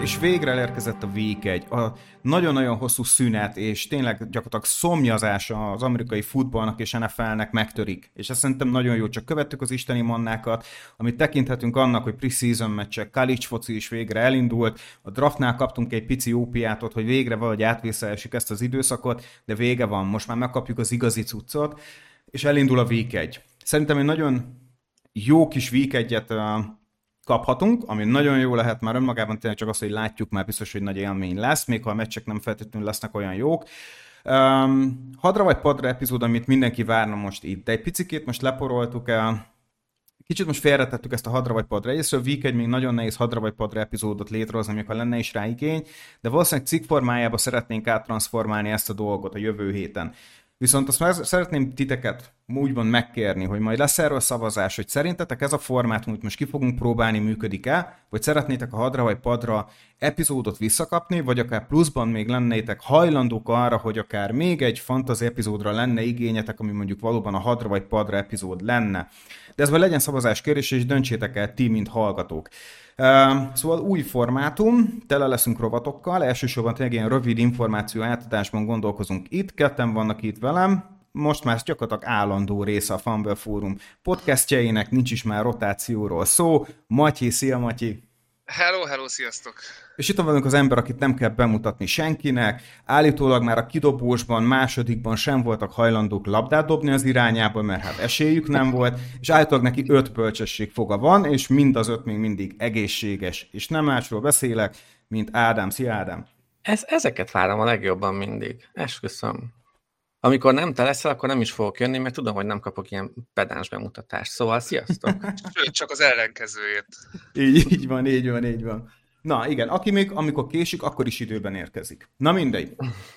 És végre elérkezett a Week 1, a nagyon-nagyon hosszú szünet, és tényleg gyakorlatilag szomjazása az amerikai futballnak és NFL-nek megtörik. És ezt szerintem nagyon jó, csak követtük az isteni mannákat, amit tekinthetünk annak, hogy pre-season meccsek, college foci is végre elindult, a draftnál kaptunk egy pici ópiátot, hogy végre valahogy átvészelhessük ezt az időszakot, de vége van, most már megkapjuk az igazi cuccot, és elindul a Week 1. Szerintem egy nagyon jó kis Week 1-et kaphatunk, ami nagyon jó lehet már önmagában, tényleg csak az, hogy látjuk, már biztos, hogy nagy élmény lesz, még ha a meccsek nem feltétlenül lesznek olyan jók. Hadra vagy padra epizód, amit mindenki várna most itt, de egy picikét most leporoltuk el, kicsit most félretettük ezt a hadra vagy padra. Egyszerűen Week 1 még nagyon nehéz hadra vagy padra epizódot létrehozni, amikor lenne is rá igény, de valószínűleg cikk formájába szeretnénk áttranszformálni ezt a dolgot a jövő héten. Viszont azt szeretném titeket úgymond megkérni, hogy majd lesz erről szavazás, hogy szerintetek ez a formát, amit most ki fogunk próbálni, működik-e, vagy szeretnétek a hadra vagy padra epizódot visszakapni, vagy akár pluszban még lennétek hajlandók arra, hogy akár még egy fantasy epizódra lenne igényetek, ami mondjuk valóban a hadra vagy padra epizód lenne. De ez majd legyen szavazás kérdés, és döntsétek el ti, mint hallgatók. Szóval új formátum, tele leszünk rovatokkal, elsősorban tényleg ilyen rövid információ átadásban gondolkozunk itt, ketten vannak itt velem, most már gyakorlatilag állandó része a Fumble Fórum podcastjeinek, nincs is már rotációról szó. Matyi, szia Matyi! Hello, sziasztok! És itt van velünk az ember, akit nem kell bemutatni senkinek, állítólag már a kidobósban, másodikban sem voltak hajlandók labdát dobni az irányába, mert hát esélyük nem volt, és állítólag neki 5 bölcsesség foga van, és mind az 5 még mindig egészséges, és nem másról beszélek, mint Ádám. Szia Ádám! Ezeket várom a legjobban mindig, esküszöm. Amikor nem te leszel, akkor nem is fogok jönni, mert tudom, hogy nem kapok ilyen pedáns bemutatást. Szóval sziasztok! Sőt, csak az ellenkezőjét. Így van. Na igen, aki még amikor késik, akkor is időben érkezik. Na mindegy.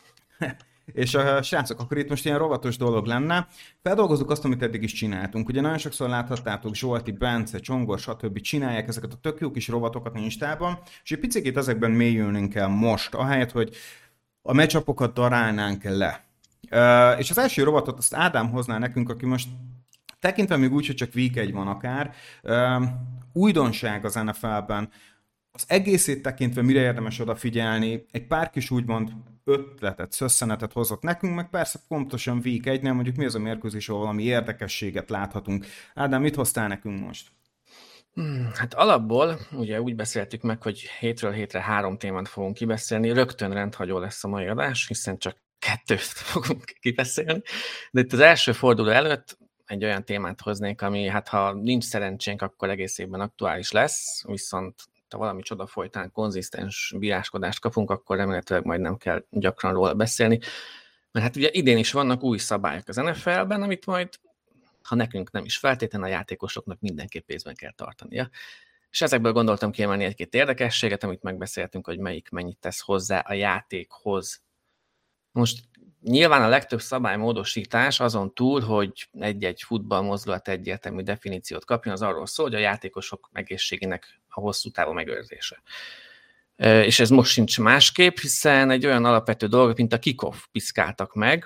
És srácok, akkor itt most ilyen rovatos dolog lenne. Feldolgozzuk azt, amit eddig is csináltunk. Ugye nagyon sokszor láthattátok Zsolti, Bence, Csongor, stb. Csinálják ezeket a tök jó kis rovatokat Instában, és egy picit ezekben mélyülnünk kell most, ahelyett, hogy a meccsapokat darálnánk le. És az első rovatot azt Ádám hozná nekünk, aki most tekintve még úgy, hogy csak Week 1 van akár, újdonság az NFL-ben, az egészét tekintve mire érdemes odafigyelni, egy pár kis úgymond ötletet, szösszenetet hozott nekünk, meg persze pontosan Week 1-nél mondjuk mi az a mérkőzés, ahol valami érdekességet láthatunk. Ádám, mit hoztál nekünk most? Hát alapból ugye úgy beszéltük meg, hogy hétről hétre 3 témát fogunk kibeszélni, rögtön rendhagyó lesz a mai adás, hiszen csak 2 fogunk kibeszélni, de itt az első forduló előtt egy olyan témát hoznék, ami hát ha nincs szerencsénk, akkor egész évben aktuális lesz, viszont ha valami csoda folytán konzisztens bíráskodást kapunk, akkor remélhetőleg majd nem kell gyakran róla beszélni, mert hát ugye idén is vannak új szabályok az NFL-ben, amit majd, ha nekünk nem is feltétlenül, a játékosoknak mindenképp észben kell tartania. És ezekből gondoltam kiemelni egy-két érdekességet, amit megbeszéltünk, hogy melyik mennyit tesz hozzá a játékhoz. Most nyilván a legtöbb szabálymódosítás azon túl, hogy egy-egy futballmozdulat egyértelmű definíciót kapjon, az arról szól, hogy a játékosok egészségének a hosszú távú megőrzése. És ez most sincs másképp, hiszen egy olyan alapvető dolog, mint a kick-off piszkáltak meg,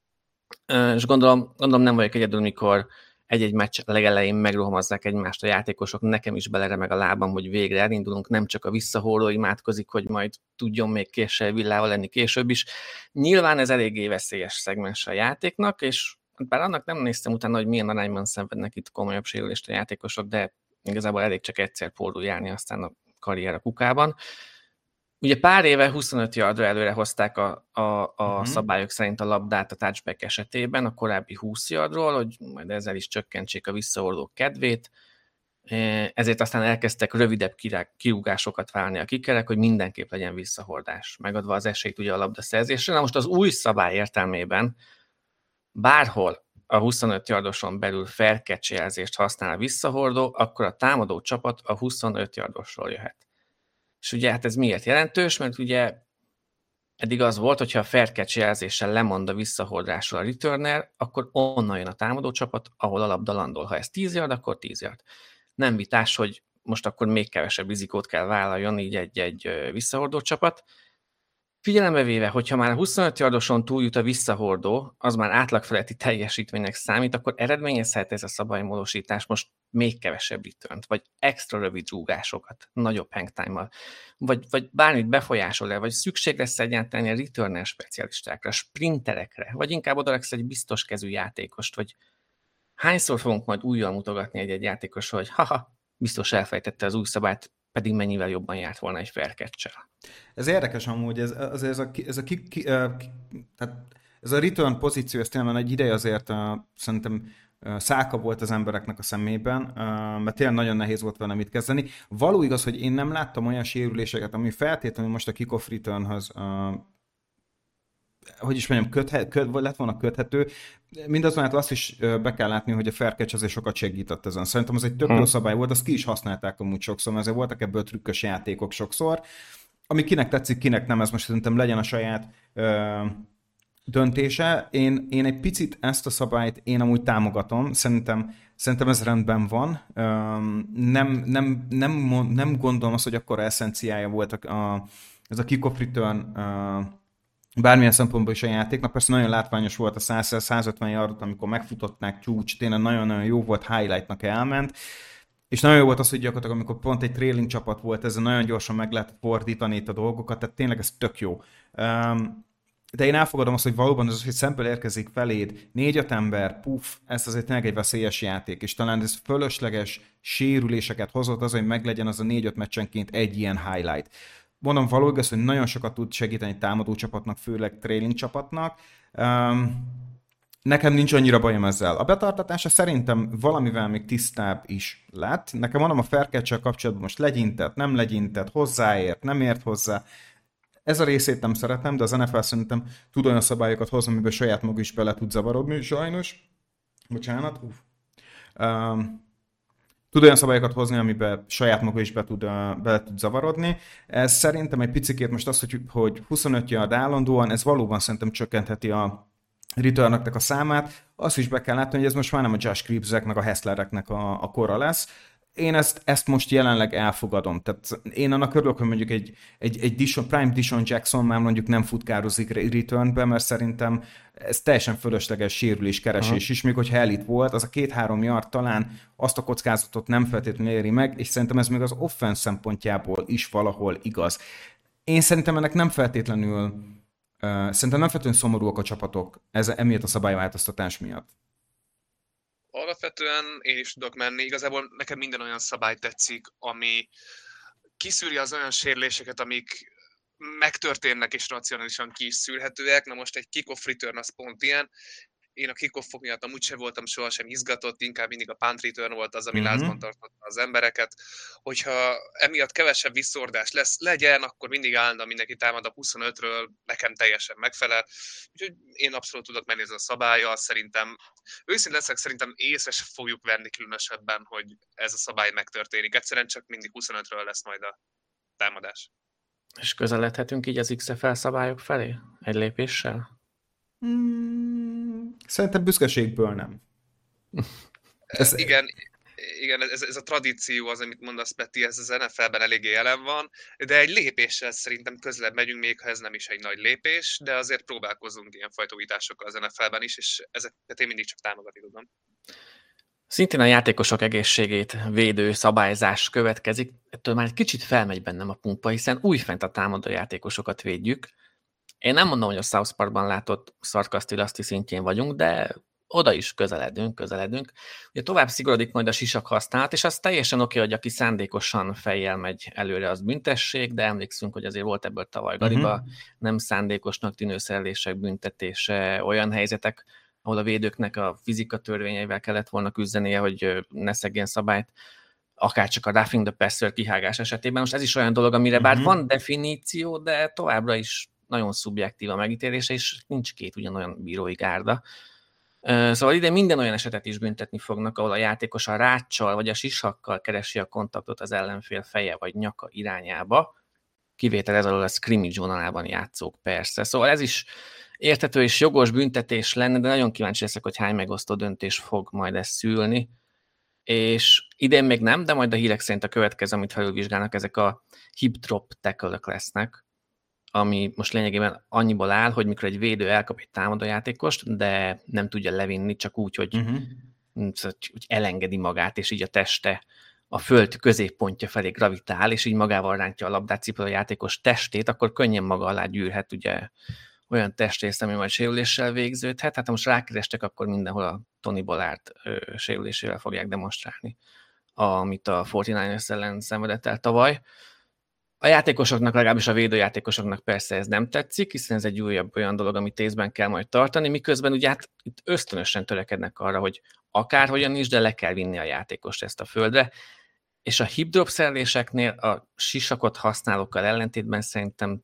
és gondolom nem vagyok egyedül, mikor egy-egy meccs legelején megrohamozzák egymást a játékosok, nekem is beleremeg a lábam, hogy végre elindulunk, nem csak a visszahordó imádkozik, hogy majd tudjon még késsel villával lenni később is. Nyilván ez eléggé veszélyes szegmens a játéknak, és bár annak nem néztem utána, hogy milyen arányban szenvednek itt komolyabb sérülést a játékosok, de igazából elég csak egyszer fordul járni, aztán a karrier a kukában. Ugye pár éve 25 yardra előre hozták a szabályok szerint a labdát a touchback esetében, a korábbi 20 yardról, hogy majd ezzel is csökkentsék a visszahordók kedvét, ezért aztán elkezdtek rövidebb kirúgásokat válni a kickerek, hogy mindenképp legyen visszahordás, megadva az esélyt ugye a labdaszerzésre. Na most az új szabály értelmében bárhol a 25 yardoson belül fair catch jelzést használ a visszahordó, akkor a támadó csapat a 25 yardosról jöhet. És ugye hát ez miért jelentős? Mert ugye eddig az volt, hogyha a fair catch jelzéssel lemond a visszahordásról a returner, akkor onnan jön a támadó csapat, ahol a labda landol. Ha ez 10 yard, akkor 10 yard. Nem vitás, hogy most akkor még kevesebb rizikót kell vállaljon így egy visszahordó csapat. Figyelembe véve, hogyha már 25 yardoson túljut a visszahordó, az már átlagfeletti teljesítménynek számít, akkor eredményezhet ez a szabálymódosítás most még kevesebb returnt, vagy extra rövid rúgásokat, nagyobb hangtime-mal, vagy bármit befolyásol-e, vagy szükség lesz egyáltalán a returner specialistákra, sprinterekre, vagy inkább odaraksz egy biztos kezű játékost, vagy hányszor fogunk majd újjal mutogatni egy játékosra, hogy haha, biztos elfejtette az új szabályt, pedig mennyivel jobban járt volna egy fair catch-el. Ez érdekes amúgy, tehát ez a return pozíció, ez tényleg egy ideje azért szerintem szálka volt az embereknek a szemében, mert tényleg nagyon nehéz volt vele mit kezdeni. Való igaz, hogy én nem láttam olyan sérüléseket, ami feltétlenül most a kickoff returnhöz hogy is mondjam, lett volna köthető. Mindazonáltal azt is be kell látni, hogy a fair catch azért sokat segített ezen. Szerintem az egy tök jó szabály volt, azt ki is használták amúgy sokszor, mert azért voltak ebből trükkös játékok sokszor. Ami kinek tetszik, kinek nem, ez most szerintem legyen a saját döntése. Én egy picit ezt a szabályt én amúgy támogatom, szerintem ez rendben van. Nem gondolom azt, hogy akkora eszenciája volt ez a kickoff return bármilyen szempontból is a játéknak. Persze nagyon látványos volt a 100-150 yardot, amikor megfutották csúcs, tényleg nagyon-nagyon jó volt, highlightnak elment. És nagyon jó volt az, hogy gyakorlatilag, amikor pont egy trailing csapat volt, ezzel nagyon gyorsan meg lehetett fordítani itt a dolgokat, tehát tényleg ez tök jó. De én elfogadom azt, hogy valóban az, hogy szemből érkezik feléd 4-5 ember, ez azért tényleg egy veszélyes játék, és talán ez fölösleges sérüléseket hozott az, hogy meglegyen az a 4-5 meccsenként egy ilyen highlight. Mondom, való igaz, hogy nagyon sokat tud segíteni támadó csapatnak, főleg trailing csapatnak. Nekem nincs annyira bajom ezzel. A betartatása szerintem valamivel még tisztább is lett. Nekem mondom, a fair catch-sel kapcsolatban most legyintett, nem legyintett, hozzáért, nem ért hozzá. Ez a részét nem szeretem, de az NFL szerintem tud olyan szabályokat hozni, amiben saját maga is bele tud zavarodni, sajnos. Bocsánat. Tud olyan szabályokat hozni, amiben saját maga is bele tud zavarodni. Ez szerintem egy picikét most az, hogy 25 yard állandóan, ez valóban szerintem csökkentheti a returnöknek a számát. Azt is be kell látni, hogy ez most már nem a Josh Cribbsek meg a Hesslereknek a kora lesz. Én ezt most jelenleg elfogadom. Tehát én annak örülök, hogy mondjuk egy Prime Dishon Jackson már mondjuk nem futkározik returnbe, mert szerintem ez teljesen fölösleges sérüléskeresés is, még hogyha elit volt, az a 2-3 yard talán azt a kockázatot nem feltétlenül éri meg, és szerintem ez még az offense szempontjából is valahol igaz. Én szerintem ennek nem feltétlenül szomorúak a csapatok emiatt a szabályváltoztatás miatt. Alapvetően én is tudok menni. Igazából nekem minden olyan szabály tetszik, ami kiszűri az olyan sérüléseket, amik megtörténnek és racionálisan ki is szűrhetőek. Na most egy kickoff return az pont ilyen. Én a kickoffok miatt amúgy sem voltam sohasem izgatott, inkább mindig a punt return volt az, ami lázban tartotta az embereket. Hogyha emiatt kevesebb visszordás legyen, akkor mindig állandóan mindenki támad a 25-ről, nekem teljesen megfelel. Úgyhogy én abszolút tudok menni ezzel a szabállyal, szerintem őszintén leszek, szerintem észre se fogjuk venni különösebben, hogy ez a szabály megtörténik. Egyszerűen csak mindig 25-ről lesz majd a támadás. És közeledhetünk így az XFL szabályok felé? Egy lépéssel? Szerintem büszkeségből nem. Igen, ez a tradíció az, amit mondasz, Peti, ez az NFL-ben eléggé jelen van, de egy lépéssel szerintem közelebb megyünk, még ha ez nem is egy nagy lépés, de azért próbálkozunk ilyen fajta újításokkal az NFL-ben is, és ezeket én mindig csak támogatni tudom. Szintén a játékosok egészségét védő szabályzás következik. Ettől már egy kicsit felmegy bennem a pumpa, hiszen újfent a támadó játékosokat védjük. Én nem mondom, hogy a South Parkban látott szarkasztilaszti szintjén vagyunk, de oda is közeledünk. Ugye tovább szigorodik majd a sisak használat, és az teljesen oké, hogy aki szándékosan fejjel megy előre, az büntesség, de emlékszünk, hogy azért volt ebből tavaly Gariba, nem szándékosnak tűnő szerelések büntetése, olyan helyzetek, ahol a védőknek a fizika törvényeivel kellett volna küzdenie, hogy ne szegjen szabályt, akárcsak a roughing the passer kihágás esetében. Most ez is olyan dolog, amire bár van definíció, de továbbra is nagyon szubjektív a megítélése, és nincs két ugyanolyan bírói gárda. Szóval ide minden olyan esetet is büntetni fognak, ahol a játékos a ráccsal vagy a sisakkal keresi a kontaktot az ellenfél feje vagy nyaka irányába. Kivétel ez alól a scrimmage vonalában játszók persze. Szóval ez is érthető és jogos büntetés lenne, de nagyon kíváncsi leszek, hogy hány megosztó döntés fog majd ezt szülni. És idén még nem, de majd a hírek szerint a következő, amit felülvizsgálnak, ezek a hip drop tackle-ök lesznek, ami most lényegében annyiból áll, hogy mikor egy védő elkap egy támadójátékost, de nem tudja levinni, csak úgy, hogy úgy elengedi magát, és így a teste a föld középpontja felé gravitál, és így magával rántja a labdát, cipel a játékos testét, akkor könnyen maga alá gyűrhet ugye olyan testrész, ami majd sérüléssel végződhet. Hát ha most rákerestek, akkor mindenhol a Tony Bollard sérülésével fogják demonstrálni, amit a 49ers ellen szenvedett el tavaly. A játékosoknak, legalábbis a védőjátékosoknak persze ez nem tetszik, hiszen ez egy újabb olyan dolog, amit észben kell majd tartani, miközben ugye hát itt ösztönösen törekednek arra, hogy akárhogyan is, de le kell vinni a játékost ezt a földre, és a hip drop szereléseknél a sisakot használókkal ellentétben szerintem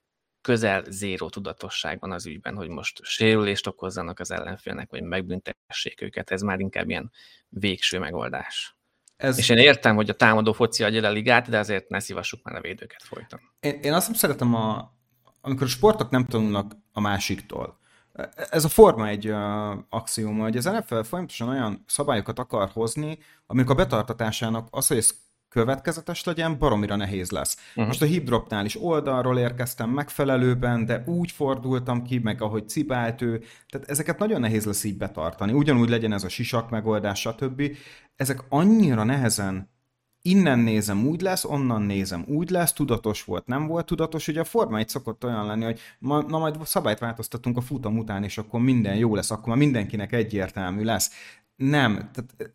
közel zéró tudatosság van az ügyben, hogy most sérülést okozzanak az ellenfélnek, vagy megbüntessék őket, ez már inkább ilyen végső megoldás. És én értem, hogy a támadó foci adja a ligát, de azért ne szívassuk már a védőket folyton. Én azt nem szeretem, amikor a sportok nem tanulnak a másiktól. Ez a Forma egy axióma, hogy az NFL folyamatosan olyan szabályokat akar hozni, amikor a betartatásának az, hogy ez következetes legyen, baromira nehéz lesz. Most a hip dropnál is oldalról érkeztem megfelelőben, de úgy fordultam ki, meg ahogy cibált ő, tehát ezeket nagyon nehéz lesz így betartani. Ugyanúgy legyen ez a sisak megoldás, stb. Ezek annyira nehezen innen nézem, úgy lesz, onnan nézem, úgy lesz, tudatos volt, nem volt tudatos. Ugye a Forma 1 szokott olyan lenni, hogy na majd szabályt változtatunk a futam után, és akkor minden jó lesz, akkor már mindenkinek egyértelmű lesz. Nem, tehát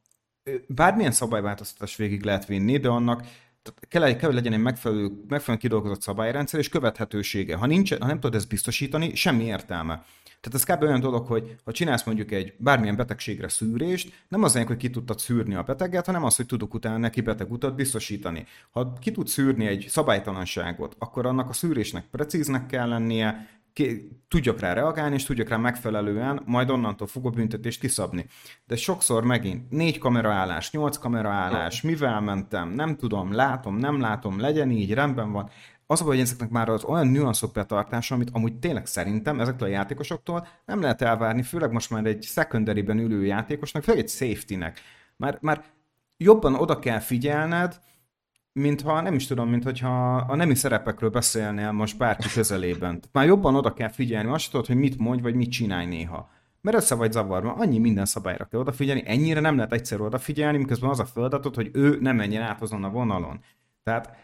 bármilyen szabályváltoztatást végig lehet vinni, de annak kell, hogy legyen egy megfelelően kidolgozott szabályrendszer és követhetősége. Ha nem tudod ezt biztosítani, semmi értelme. Tehát ez kb. Olyan dolog, hogy ha csinálsz mondjuk egy bármilyen betegségre szűrést, nem az, hogy ki tudtad szűrni a beteget, hanem az, hogy tudok utána neki betegutat biztosítani. Ha ki tud szűrni egy szabálytalanságot, akkor annak a szűrésnek precíznek kell lennie, tudjak rá reagálni, és tudjak rá megfelelően, majd onnantól fogva büntetést kiszabni. De sokszor megint 4 kameraállás, 8 kameraállás, mivel mentem, nem tudom, látom, nem látom, legyen így, rendben van. Az a baj, hogy ezeknek már az olyan nüanszok betartása, amit amúgy tényleg szerintem ezektől a játékosoktól nem lehet elvárni, főleg most már egy secondary-ben ülő játékosnak, főleg egy safety-nek. Már jobban oda kell figyelned, mintha, nem is tudom, mintha a nemi szerepekről beszélnél most bárki közelében. Már jobban oda kell figyelni, azt tudod, hogy mit mondj, vagy mit csinálj néha. Mert össze vagy zavarva, annyi minden szabályra kell odafigyelni, ennyire nem lehet egyszer odafigyelni, miközben az a feladatot, hogy ő nem menjen át azon a vonalon. Tehát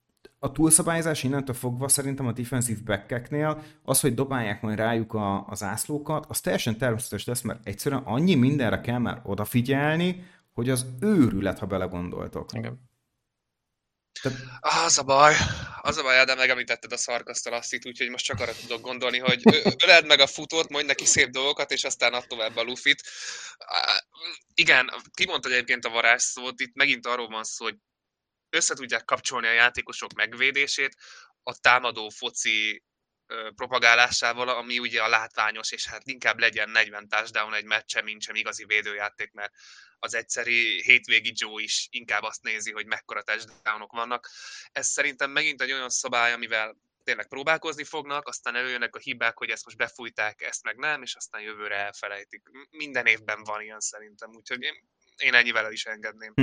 a túlszabályzás innentől fogva szerintem a defensive back-eknél az, hogy dobálják majd rájuk a zászlókat, az teljesen természetes lesz, mert egyszerűen annyi mindenre kell már odafigyelni, hogy az őrület, ha belegondoltok. Igen. Az a baj, Ádám, megemlítetted a szarkasztalasztit, úgyhogy most csak arra tudok gondolni, hogy öleld meg a futót, mondj neki szép dolgokat, és aztán add tovább a lufit. Igen, kimondtad egyébként a varázsszót, itt megint arról van szó, hogy össze tudják kapcsolni a játékosok megvédését a támadó foci propagálásával, ami ugye a látványos, és hát inkább legyen 40 touchdown egy meccsen, mint sem igazi védőjáték, mert az egyszeri hétvégi Joe is inkább azt nézi, hogy mekkora touchdownok vannak. Ez szerintem megint egy olyan szabály, amivel tényleg próbálkozni fognak, aztán előjönnek a hibák, hogy ezt most befújták, ezt meg nem, és aztán jövőre elfelejtik. Minden évben van ilyen szerintem, úgyhogy én ennyivel el is engedném.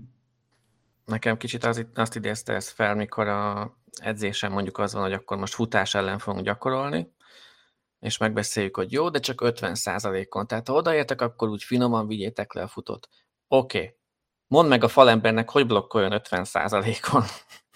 Nekem kicsit azt idézte ez fel, mikor a edzésen mondjuk az van, hogy akkor most futás ellen fogunk gyakorolni, és megbeszéljük, hogy jó, de csak 50%-on. Tehát ha odaértek, akkor úgy finoman vigyétek le a futót. Oké. Mondd meg a falembernek, hogy blokkoljon 50%-on.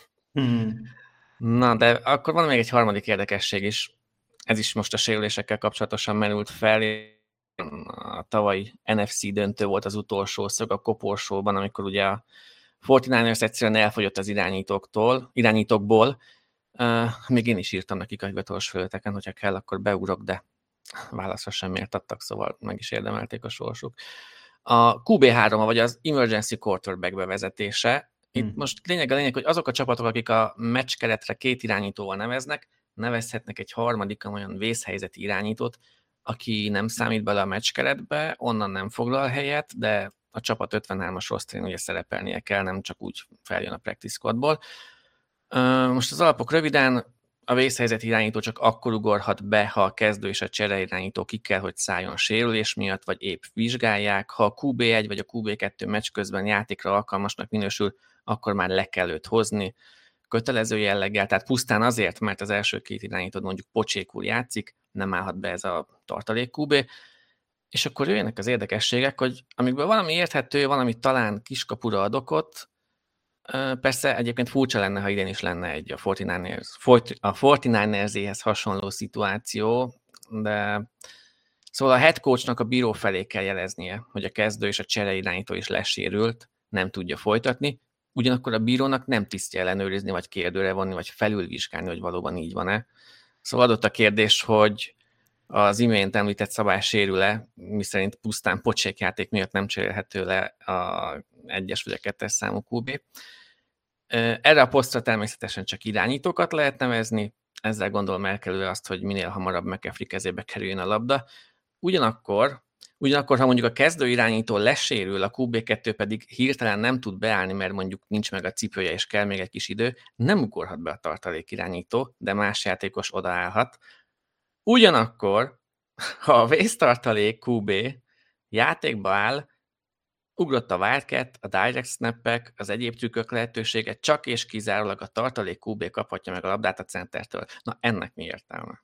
Na, de akkor van még egy harmadik érdekesség is. Ez is most a sérülésekkel kapcsolatosan merült fel. A tavalyi NFC döntő volt az utolsó szög a koporsóban, amikor ugye a 49ers egyszerűen elfogyott az irányítókból. Még én is írtam nekik a hivatalos felületeken, hogyha kell, akkor beugrok, de válaszra semmiért adtak, szóval meg is érdemelték a sorsuk. A QB3, vagy az Emergency Quarterback bevezetése. Itt most lényeg, hogy azok a csapatok, akik a meccskeretre 2 irányítóval nevezhetnek egy harmadikon olyan vészhelyzeti irányítót, aki nem számít bele a meccskeretbe, onnan nem foglal helyet, de a csapat 53-as rosterén ugye szerepelnie kell, nem csak úgy feljön a practice squadból. Most az alapok röviden, a vészhelyzet irányító csak akkor ugorhat be, ha a kezdő és a csere irányító ki kell, hogy szálljon sérülés miatt, vagy épp vizsgálják. Ha a QB1 vagy a QB2 meccs közben játékra alkalmasnak minősül, akkor már le kell őt hozni. kötelező jelleggel, tehát pusztán azért, mert az első két irányítód mondjuk pocsékul játszik, nem állhat be ez a tartalék QB, és akkor jöjjenek az érdekességek, hogy amikből valami érthető, valami talán kiskapura ad okot, persze egyébként furcsa lenne, ha idén is lenne egy a 49ers-éhez hasonló szituáció, de szóval a head coachnak a bíró felé kell jeleznie, hogy a kezdő és a csereirányító is lesérült, nem tudja folytatni, ugyanakkor a bírónak nem tisztje ellenőrizni, vagy kérdőre vonni, vagy felülvizsgálni, hogy valóban így van-e. Szóval adott a kérdés, hogy az imént említett szabály sérül-e, miszerint pusztán pocsékjáték miatt nem cserélhető le a 1-es vagy a 2-es számú QB. Erre a posztra természetesen csak irányítókat lehet nevezni, ezzel gondolom elkerülve azt, hogy minél hamarabb McCaffrey kezébe kerüljön a labda. Ugyanakkor, ha mondjuk a kezdő irányító lesérül, a QB2 pedig hirtelen nem tud beállni, mert mondjuk nincs meg a cipője és kell még egy kis idő, nem ugorhat be a tartalék irányító, de más játékos odaállhat. Ugyanakkor, ha a vésztartalék QB játékba áll, ugrott a Wildcat, a direct snappek, az egyéb trükkök lehetősége, csak és kizárólag a tartalék QB kaphatja meg a labdát a centertől. Na, ennek mi értelme?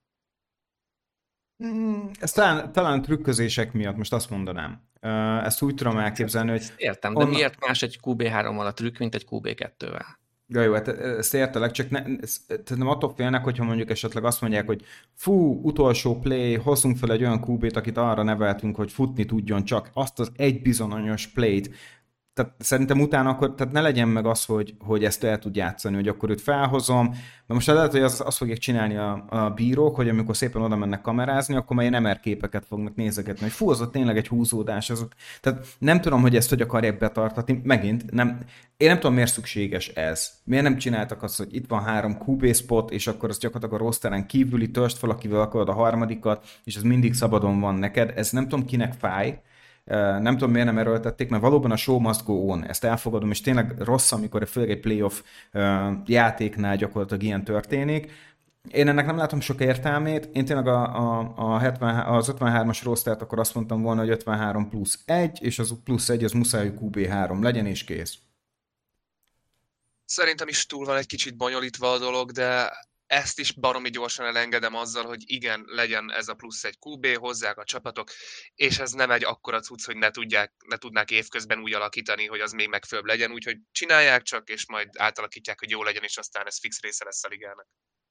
Ez talán trükközések miatt, most azt mondanám. Ezt úgy tudom elképzelni, hogy... Értem, de miért más egy QB3-val a trükk, mint egy QB2-vel? Ja, jó, hát ezt értelek, csak nem attól félnek, hogyha mondjuk esetleg azt mondják, hogy fú, utolsó play, hozzunk fel egy olyan QB-t, akit arra neveltünk, hogy futni tudjon csak azt az egy bizonyos play-t. Tehát szerintem utána akkor tehát ne legyen meg az, hogy ezt el tud játszani, hogy akkor őt felhozom, mert most lehet, hogy azt fogják csinálni a bírók, hogy amikor szépen oda mennek kamerázni, akkor már MR képeket fognak nézegetni, hogy fú, az ott tényleg egy húzódás. Tehát nem tudom, hogy ezt hogy akarják betartatni. Megint, én nem tudom, miért szükséges ez. Miért nem csináltak azt, hogy itt van 3 QB spot, és akkor az gyakorlatilag a rosteren kívüli törst fel, akivel akarod a harmadikat, és ez mindig szabadon van neked. Ez nem tudom, kinek fáj. Nem tudom, miért nem erőltették, mert valóban a show must go on, ezt elfogadom, és tényleg rossz, amikor főleg egy playoff játéknál gyakorlatilag ilyen történik. Én ennek nem látom sok értelmét, én tényleg az 53-as rostert akkor azt mondtam volna, hogy 53 plusz 1, és az plusz 1 az muszáj, hogy QB3 legyen, és kész. Szerintem is túl van egy kicsit bonyolítva a dolog, de ezt is baromi gyorsan elengedem azzal, hogy igen, legyen ez a plusz egy QB, hozzák a csapatok, és ez nem egy akkora cucc, hogy ne tudnák évközben úgy alakítani, hogy az még megfőbb legyen, úgyhogy csinálják csak, és majd átalakítják, hogy jó legyen, és aztán ez fix része lesz a ligának.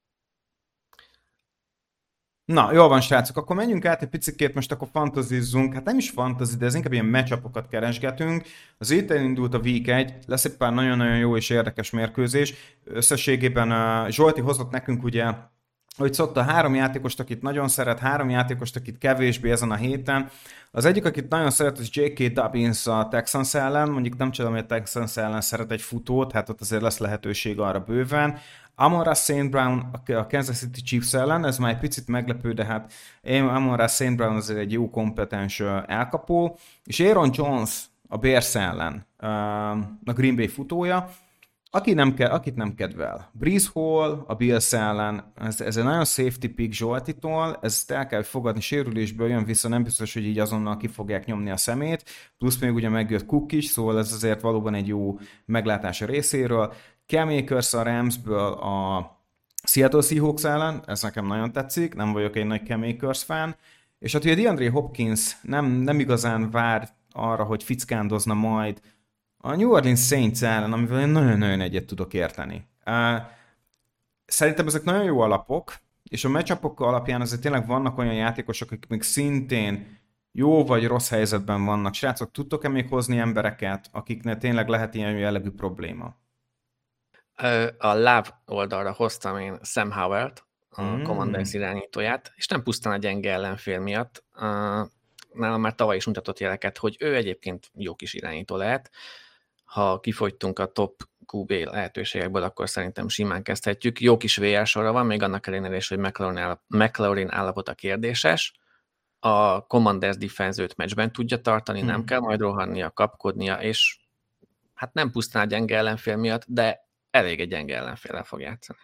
Na, jól van, srácok, akkor menjünk át egy picikét, most akkor fantazizzunk. Hát nem is fantazi, de ez inkább ilyen matchupokat keresgetünk. Az itt elindult a Week 1, lesz egy pár nagyon-nagyon jó és érdekes mérkőzés. Összességében Zsolti hozott nekünk ugye, hogy szokta 3 játékost, akit nagyon szeret, 3 játékost, akit kevésbé ezen a héten. Az egyik, akit nagyon szeret, az J.K. Dobbins a Texans ellen, mondjuk nem csodálom, hogy a Texans ellen szeret egy futót, hát ott azért lesz lehetőség arra bőven. Amon-Ra St. Brown a Kansas City Chiefs ellen, ez már egy picit meglepő, de hát Amon-Ra St. Brown azért egy jó kompetens elkapó, és Aaron Jones a Bears ellen, a Green Bay futója, akit nem kedvel. Breece Hall a Bills ellen, ez egy nagyon safety pick Zsoltitól, ezt el kell fogadni, sérülésből jön vissza, nem biztos, hogy így azonnal ki fogják nyomni a szemét, plusz még ugye megjött Cook is, szóval ez azért valóban egy jó meglátás a részéről. Cam Akers a Ramsből a Seattle Seahawks ellen, ez nekem nagyon tetszik, nem vagyok egy nagy Cam Akers fan, és hát ugye DeAndre Hopkins nem igazán vár arra, hogy fickándozna majd a New Orleans Saints ellen, amivel én nagyon-nagyon egyet tudok érteni. Szerintem ezek nagyon jó alapok, és a matchupok alapján azért tényleg vannak olyan játékosok, akik még szintén jó vagy rossz helyzetben vannak. Srácok, tudtok-e még hozni embereket, akiknek tényleg lehet ilyen jellegű probléma? A láb oldalra hoztam én Sam Howell-t, a Commanders irányítóját, és nem pusztán a gyenge ellenfél miatt. Nálam már tavaly is mutatott jeleket, hogy ő egyébként jó kis irányító lehet. Ha kifogytunk a top QB lehetőségekből, akkor szerintem simán kezdhetjük. Jó kis VR sorra van, még annak ellenére is, hogy McLaurin állapota kérdéses. A Commanders defense-őt meccsben tudja tartani, nem kell majd rohannia, kapkodnia, és hát nem pusztán a gyenge ellenfél miatt, de elég egy gyenge ellenféllel fog játszani.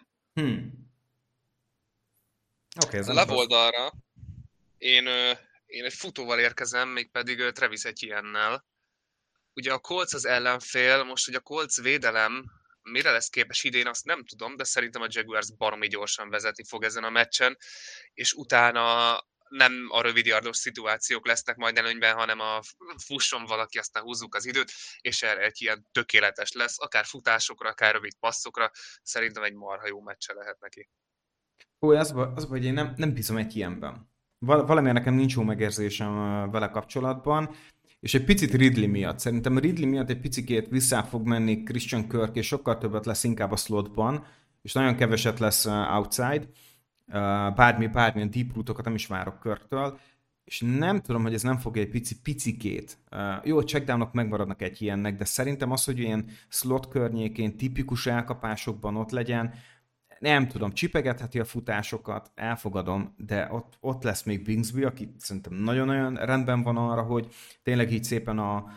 Okay, a leboldalra én egy futóval érkezem, mégpedig Travis Etienne-nel. Ugye a Colts az ellenfél, most hogy a Colts védelem mire lesz képes idén, azt nem tudom, de szerintem a Jaguars baromi gyorsan vezetni fog ezen a meccsen, és utána nem a rövidjardos szituációk lesznek majd előnyben, hanem a fusson valaki, aztán húzzuk az időt, és erre egy ilyen tökéletes lesz, akár futásokra, akár rövid passzokra, szerintem egy marha jó meccse lehet neki. Az, hogy én nem bízom egy ilyenben. Valamiért nekem nincs jó megérzésem vele kapcsolatban, és egy picit Ridley miatt. Szerintem Ridley miatt egy picikét vissza fog menni Christian Kirk, és sokkal többet lesz inkább a slotban, és nagyon keveset lesz outside. Bármilyen deep route-okat nem is várok Kirktől, és nem tudom, hogy ez nem fog egy picikét. Jó, a checkdownok megmaradnak egy ilyennek, de szerintem az, hogy ilyen slot környékén, tipikus elkapásokban ott legyen, nem tudom, csipegetheti a futásokat, elfogadom, de ott lesz még Bigsby, aki szerintem nagyon-nagyon rendben van arra, hogy tényleg így szépen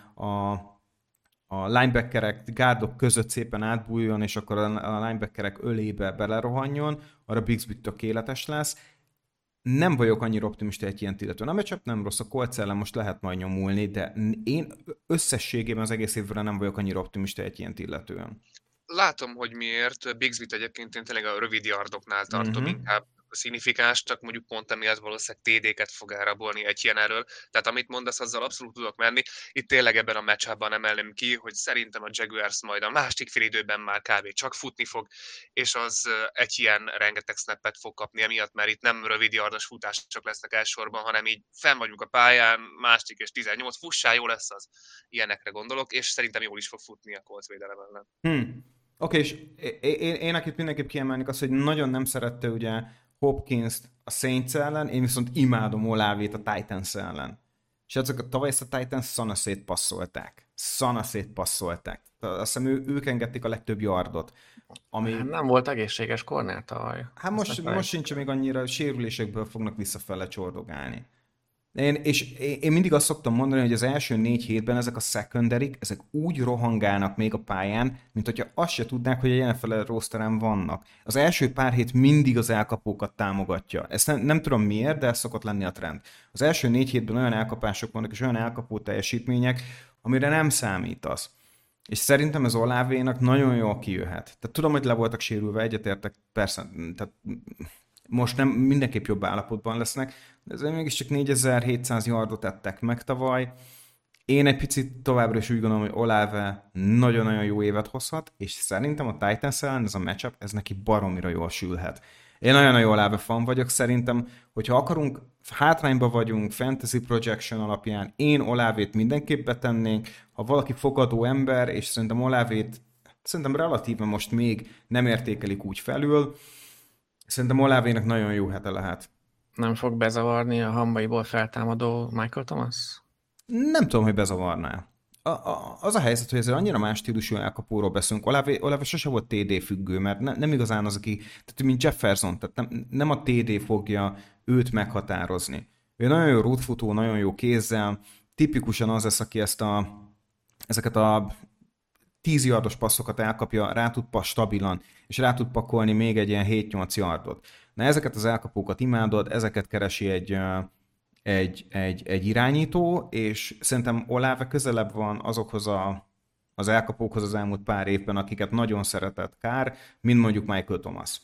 a linebackerek, gárdok között szépen átbújjon, és akkor a linebackerek ölébe belerohanjon, arra Bigsby tökéletes lesz. Nem vagyok annyira optimista egy ilyen illetően. A matchup nem rossz, a Colts ellen most lehet majd nyomulni, de én összességében az egész évre nem vagyok annyira optimista egy ilyen illetően. Látom, hogy miért. Bigsbyt egyébként én tényleg a rövid yardoknál tartom inkább szignifikáns, csak mondjuk pont emiatt valószínűleg TD-ket fog elrabolni egy ilyen erről. Tehát amit mondasz, azzal abszolút tudok menni. Itt tényleg ebben a matchupban emelném ki, hogy szerintem a Jaguars majd a másik fél időben már kb. Csak futni fog, és az egy ilyen rengeteg snappet fog kapni emiatt, mert itt nem rövid yardos futások lesznek elsősorban, hanem így fenn vagyunk a pályán, másik és 18, fussá, jó lesz az. Ilyenekre gondolok, és szerintem jól is fog futni a Colts védelem ellen. Oké, és én itt mindenképp kiemelnék azt, hogy nagyon nem szerette ugye Hopkins-t a Saints ellen, én viszont imádom Olávét a Titans ellen. És ezek tavaly ezt a Titans szana szétpasszolták. Azt hiszem ők engedték a legtöbb yardot. Ami... Nem volt egészséges kornál tavaly. Hát most sincs még annyira, sérülésekből fognak visszafele csordogálni. Én mindig azt szoktam mondani, hogy az első 4 hétben ezek a secondaryk, ezek úgy rohangálnak még a pályán, mint hogyha azt se tudnák, hogy a NFL rosteren vannak. Az első pár hét mindig az elkapókat támogatja. Ezt nem tudom miért, de ez szokott lenni a trend. Az első 4 hétben olyan elkapások vannak, és olyan elkapó teljesítmények, amire nem számítasz. És szerintem ez Olavénak nagyon jól kijöhet. Tehát tudom, hogy le voltak sérülve, egyetértek, persze, tehát most nem mindenképp jobb állapotban lesznek, de ezért mégiscsak 4700 yardot tettek meg tavaly. Én egy picit továbbra is úgy gondolom, hogy Olave nagyon-nagyon jó évet hozhat, és szerintem a Titans ellen ez a matchup, ez neki baromira jól sülhet. Én nagyon-nagyon Olave fan vagyok, szerintem, hogyha akarunk, hátrányba vagyunk, fantasy projection alapján, én Olávét mindenképp betennénk, ha valaki fogadó ember, és szerintem Olávét szerintem relatíve most még nem értékelik úgy felül, szerintem Olavének nagyon jó hete lehet. Nem fog bezavarni a hambaiból feltámadó Michael Thomas? Nem tudom, hogy bezavarná. Az a helyzet, hogy ezért annyira más stílusú elkapóról beszélünk. Olave sose volt TD függő, mert nem igazán az, aki, tehát mint Jefferson, tehát nem a TD fogja őt meghatározni. Ő nagyon jó rútfutó, nagyon jó kézzel, tipikusan az lesz, aki ezeket a 10 yardos passzokat elkapja, rá tud stabilan, és rá tud pakolni még egy ilyen 7-8 yardot. Na ezeket az elkapókat imádod, ezeket keresi egy irányító, és szerintem Olave közelebb van azokhoz az elkapókhoz az elmúlt pár évben, akiket nagyon szeretett Kár, mint mondjuk Michael Thomas.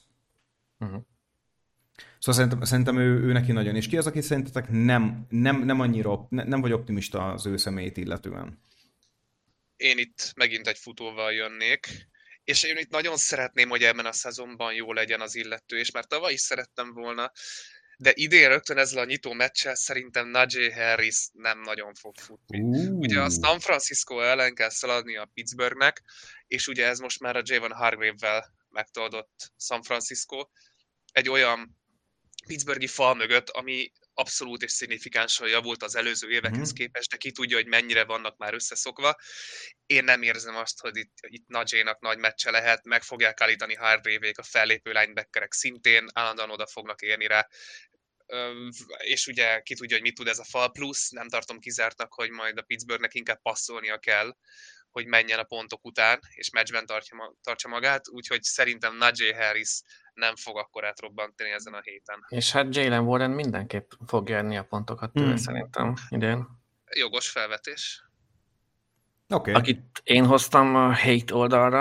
Szóval szerintem ő neki nagyon. És ki az, aki szerintetek nem annyira, nem vagy optimista az ő személyét illetően? Én itt megint egy futóval jönnék, és én itt nagyon szeretném, hogy ebben a szezonban jó legyen az illető, és már tavaly is szerettem volna, de idén rögtön ezzel a nyitó meccsel szerintem Najee Harris nem nagyon fog futni. Ugye a San Francisco ellen kell szaladni a Pittsburghnek, és ugye ez most már a Javon Hargrave-vel megtoldott San Francisco, egy olyan pittsburghi fal mögött, ami abszolút és szignifikánsan javult az előző évekhez képest, de ki tudja, hogy mennyire vannak már összeszokva. Én nem érzem azt, hogy itt Najee-nak nagy meccse lehet, meg fogják állítani Hargrave-ék, a fellépő linebackerek szintén állandóan oda fognak érni rá, és ugye ki tudja, hogy mit tud ez a fal, plusz nem tartom kizártnak, hogy majd a Pittsburghnek inkább passzolnia kell, hogy menjen a pontok után, és meccsben tartsa magát, úgyhogy szerintem Najee Harris nem fog akkorát robbantani ezen a héten. És hát Jaylen Warren mindenképp fogja enni a pontokat tőle szerintem idén. Jogos felvetés. Okay. Akit én hoztam a hate oldalra,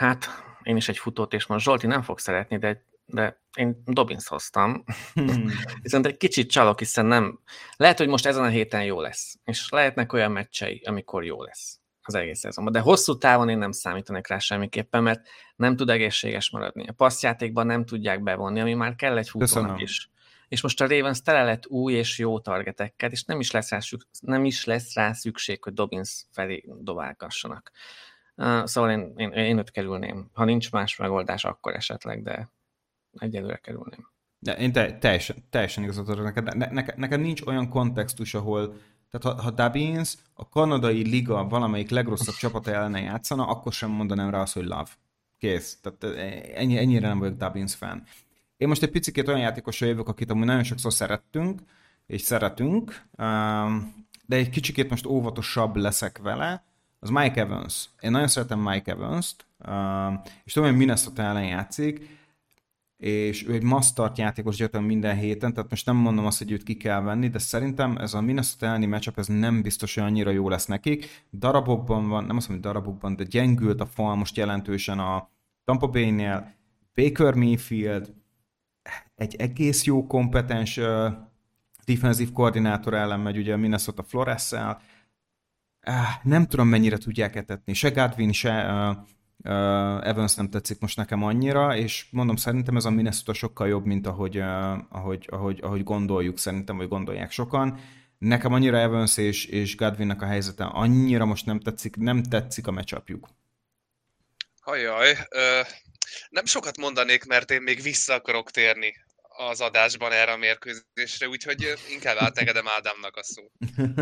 Hát, én is egy futót, és most Zsolti nem fog szeretni, de én Dobbins hoztam. Viszont egy kicsit csalok, hiszen nem... Lehet, hogy most ezen a héten jó lesz. És lehetnek olyan meccsei, amikor jó lesz az egész szezonban. De hosszú távon én nem számítanak rá semmiképpen, mert nem tud egészséges maradni. A passzjátékban nem tudják bevonni, ami már kell egy futónak is. És most a Ravens tele lett új és jó targetekkel, és nem is lesz rá szükség, hogy Dobbins felé dobálgassanak. Szóval én őt kerülném. Ha nincs más megoldás, akkor esetleg, de egyelőre kerülném. De én teljesen igazat adok neked nincs olyan kontextus, ahol, tehát ha Dobbins a kanadai liga valamelyik legrosszabb csapata ellen játszana, akkor sem mondanám rá azt, hogy love. Kész. Tehát ennyire nem vagyok Dobbins fan. Én most egy picit olyan játékosra jövök, akit amúgy nagyon sokszor szerettünk, és szeretünk, de egy kicsikét most óvatosabb leszek vele, az Mike Evans. Én nagyon szeretem Mike Evans-t, és tudom, hogy Minnesota ellen játszik, és ő egy must-start játékos gyakorlatilag minden héten, tehát most nem mondom azt, hogy őt ki kell venni, de szerintem ez a Minnesota elleni matchup, ez nem biztos, hogy annyira jó lesz nekik. Darabokban van, nem azt mondom, hogy darabokban, de gyengült a fal most jelentősen a Tampa Bay-nél. Baker Mayfield, egy egész jó kompetens defensív koordinátor ellen megy, ugye a Minnesota Flores-szel. Nem tudom, mennyire tudják etetni. Se Godwin, se Evans nem tetszik most nekem annyira, és mondom, szerintem ez a Minnesota sokkal jobb, mint ahogy gondoljuk, szerintem, vagy gondolják sokan. Nekem annyira Evans és Godwinnek a helyzete annyira most nem tetszik a matchupjuk. Ajaj, nem sokat mondanék, mert én még vissza akarok térni az adásban erre a mérkőzésre, úgyhogy inkább átengedem Ádámnak a szót.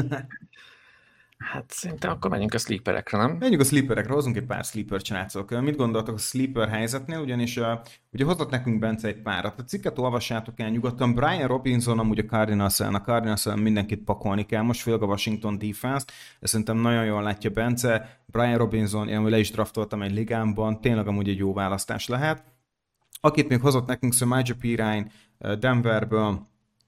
Hát szerintem akkor menjünk a sleeperekre, nem? Menjünk a sleeperekre, hozunk egy pár sleeper csinálcok. Mit gondoltok a sleeper helyzetnél? Ugyanis ugye hozott nekünk Bence egy párat. A cikket olvassátok el nyugodtan. Brian Robinson amúgy a Cardinals mindenkit pakolni kell. Most főleg a Washington defense-t. Ezt szerintem nagyon jól látja Bence. Brian Robinson, én le is draftoltam egy ligámban. Tényleg amúgy egy jó választás lehet. Akit még hozott nekünk, Samaje Perine Denverből,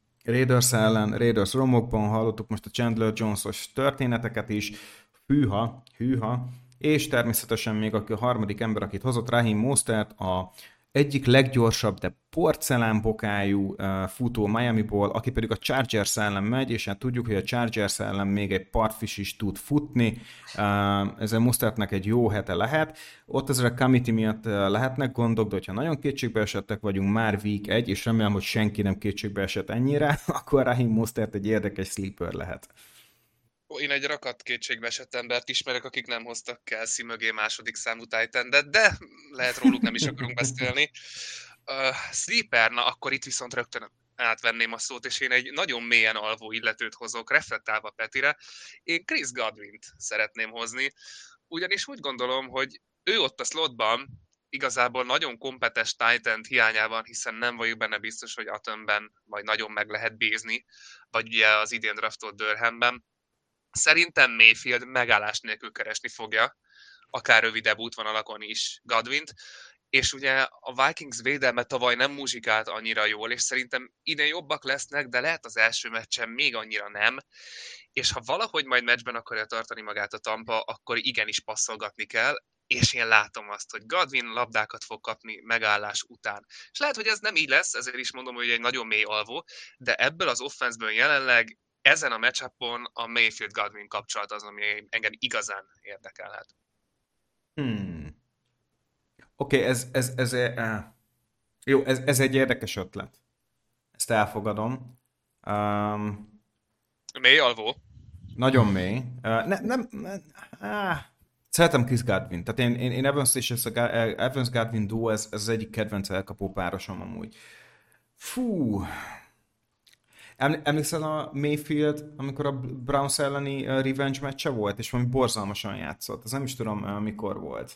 Raiders romokban, hallottuk most a Chandler Jones-os történeteket is, hűha, és természetesen még a harmadik ember, akit hozott, Raheem Mostert, a egyik leggyorsabb, de porcelánbokájú futó Miamiból, aki pedig a Chargers ellen megy, és hát tudjuk, hogy a Chargers ellen még egy partfish is tud futni, ezzel Mostertnek egy jó hete lehet. Ott ezzel a committee miatt lehetnek gondok, de hogyha nagyon kétségbe esettek vagyunk már week 1, és remélem, hogy senki nem kétségbe esett ennyire, akkor Raheem Mostert egy érdekes sleeper lehet. Én egy rakat kétségbe esett embert ismerek, akik nem hoztak Kelsey mögé második számú tight-endet, de lehet róluk nem is akarunk beszélni. Sleeper, na akkor itt viszont rögtön átvenném a szót, és én egy nagyon mélyen alvó illetőt hozok, reflektálva Petire. Én Chris Godwint szeretném hozni, ugyanis úgy gondolom, hogy ő ott a slotban igazából nagyon kompetens tight end hiányában, hiszen nem vagyok benne biztos, hogy Atomben majd nagyon meg lehet bízni, vagy ugye az idén draftolt Durhamben. Szerintem Mayfield megállás nélkül keresni fogja, akár rövidebb útvonalakon is Godwint, és ugye a Vikings védelme tavaly nem muzsikált annyira jól, és szerintem idén jobbak lesznek, de lehet az első meccsen még annyira nem, és ha valahogy majd meccsben akarja tartani magát a Tampa, akkor igenis passzolgatni kell, és én látom azt, hogy Godwin labdákat fog kapni megállás után. És lehet, hogy ez nem így lesz, ezért is mondom, hogy egy nagyon mély alvó, de ebből az offenszből jelenleg ezen a matchupon a Mayfield-Godwin kapcsolat az, ami engem igazán érdekelhet. Oké, ez egy érdekes ötlet. Ezt elfogadom. Mély alvó? Nagyon mély. Szeretem Chris Godwin. Tehát én Evans és ez Evans-Godwin duo, ez az egyik kedvenc elkapó párosom amúgy. Fú... Emlékszel a Mayfield, amikor a Browns elleni revenge meccse volt, és valami borzalmasan játszott? Ez nem is tudom, mikor volt.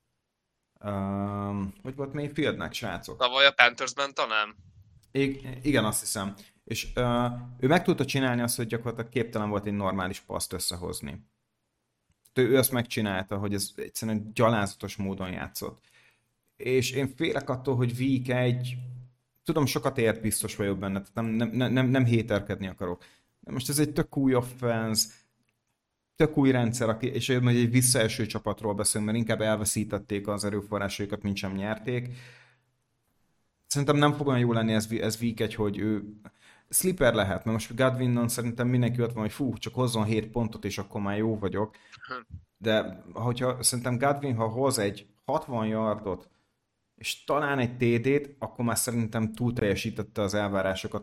Hogy volt Mayfieldnek, srácok? Tavaly a Panthersben talán? Igen, azt hiszem. És ő meg tudta csinálni azt, hogy gyakorlatilag képtelen volt egy normális paszt összehozni. Ő azt megcsinálta, hogy ez egyszerűen gyalázatos módon játszott. És én félek attól, hogy week 1... Tudom, sokat ért, biztos vagyok benne, tehát nem héterkedni akarok. De most ez egy tök új offense. tök új rendszer, és egy visszaeső csapatról beszélünk, mert inkább elveszítették az erőforrásaikat, mint sem nyerték. Szerintem nem fog olyan jó lenni ez week 1, hogy ő sleeper lehet, mert most Godwinon szerintem mindenki ott van, hogy fú, csak hozzon 7 pontot, és akkor már jó vagyok. De hogyha szerintem Godwin, ha hoz egy 60 yardot, és talán egy TD-t, akkor már szerintem túl teljesítette az elvárásokat,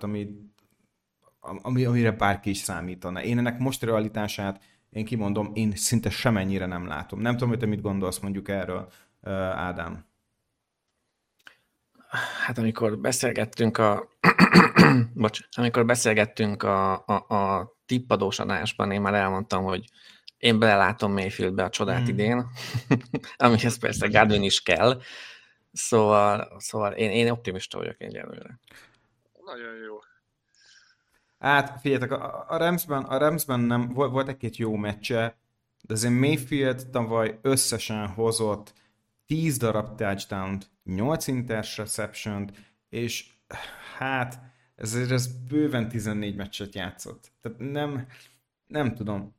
amire bárki is számítana. Én ennek most realitását, én kimondom, én szinte semennyire nem látom. Nem tudom, hogy te mit gondolsz mondjuk erről, Ádám. Hát amikor beszélgettünk a tippadós adásban, én már elmondtam, hogy én belelátom Mayfieldbe a csodát idén, amihez persze Godwin is kell. Szóval én optimista vagyok egyelőre. Nagyon jó. Hát figyeljetek, a Ramsben nem volt egy-két jó meccse, de azért Mayfield tavaly összesen hozott 10 darab touchdown-t, 8 interception-t, és hát ez bőven 14 meccset játszott. Tehát nem tudom.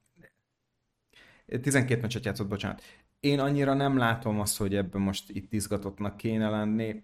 12 meccset játszott, bocsánat. Én annyira nem látom azt, hogy ebben most itt izgatottnak kéne lenni.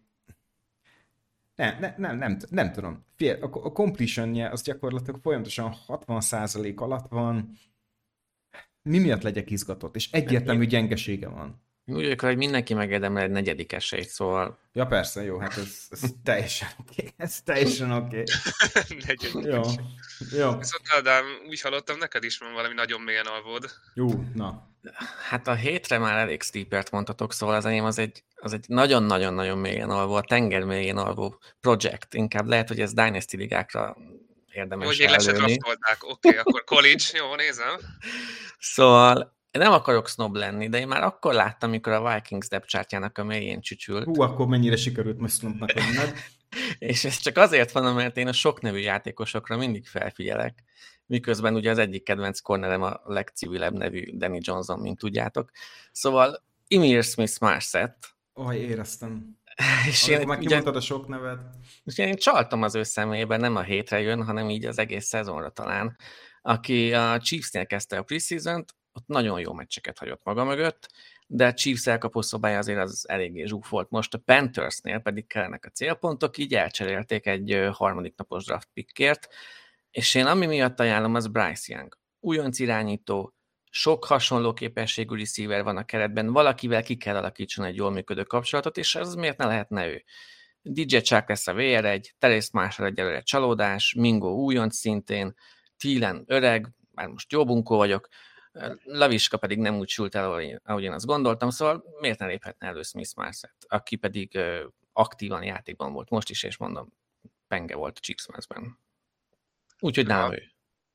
Nem tudom. Figyelj, a completion-je az gyakorlatilag folyamatosan 60% alatt van. Mi miatt legyek izgatott? És egyértelmű gyengesége van. Úgy vagyok, hogy mindenki megérdemel egy negyedik esélyt, szóval... Ja persze, jó, hát ez teljesen oké. Ez teljesen oké. Jó. Viszont Ádám, úgy hallottam, neked is van valami nagyon mélyen alvod. Jó, na. Hát a hétre már elég sleepert mondhatok, szóval az enyém az egy nagyon-nagyon-nagyon mélyen alvó, a tenger mélyen alvó projekt. Inkább lehet, hogy ez Dynasty ligákra érdemes hogy még le se draftolták. Oké, akkor college, jó, nézem. Szóval nem akarok snob lenni, de én már akkor láttam, amikor a Vikings depth chartjának a mélyén csücsült. Hú, akkor mennyire sikerült most snobnak lenned. És ez csak azért van, mert én a sok nevű játékosokra mindig felfigyelek, miközben ugye az egyik kedvenc cornerem a legcivilebb nevű Danny Johnson, mint tudjátok. Szóval Ihmir Smith-Marsett. Éreztem. És már kimondtad a sok nevet. És én csaltam az ő személyében, nem a hétre jön, hanem így az egész szezonra talán, aki a Chiefsnél kezdte a preseason-t, ott nagyon jó meccseket hagyott maga mögött, de a Chiefs elkapó szobája azért az eléggé zsúf volt. Most a Panthersnél pedig kellenek a célpontok, így elcserélték egy harmadik napos draft pickért, és én ami miatt ajánlom, az Bryce Young. Újonc irányító, sok hasonló képességű receiver van a keretben, valakivel ki kell alakítson egy jól működő kapcsolatot, és ez miért ne lehetne ő? DJ Chark lesz a VR1, Terrace Marshall egyelőre csalódás, Mingo újonc szintén, Thielen öreg, már most jó bunkó vagyok, Laviska pedig nem úgy sült el, ahogy én azt gondoltam, szóval miért ne léphetne elő Smith-Marsett, aki pedig aktívan játékban volt most is, és mondom, penge volt a Chiefs-ben. Úgyhogy nálam ő.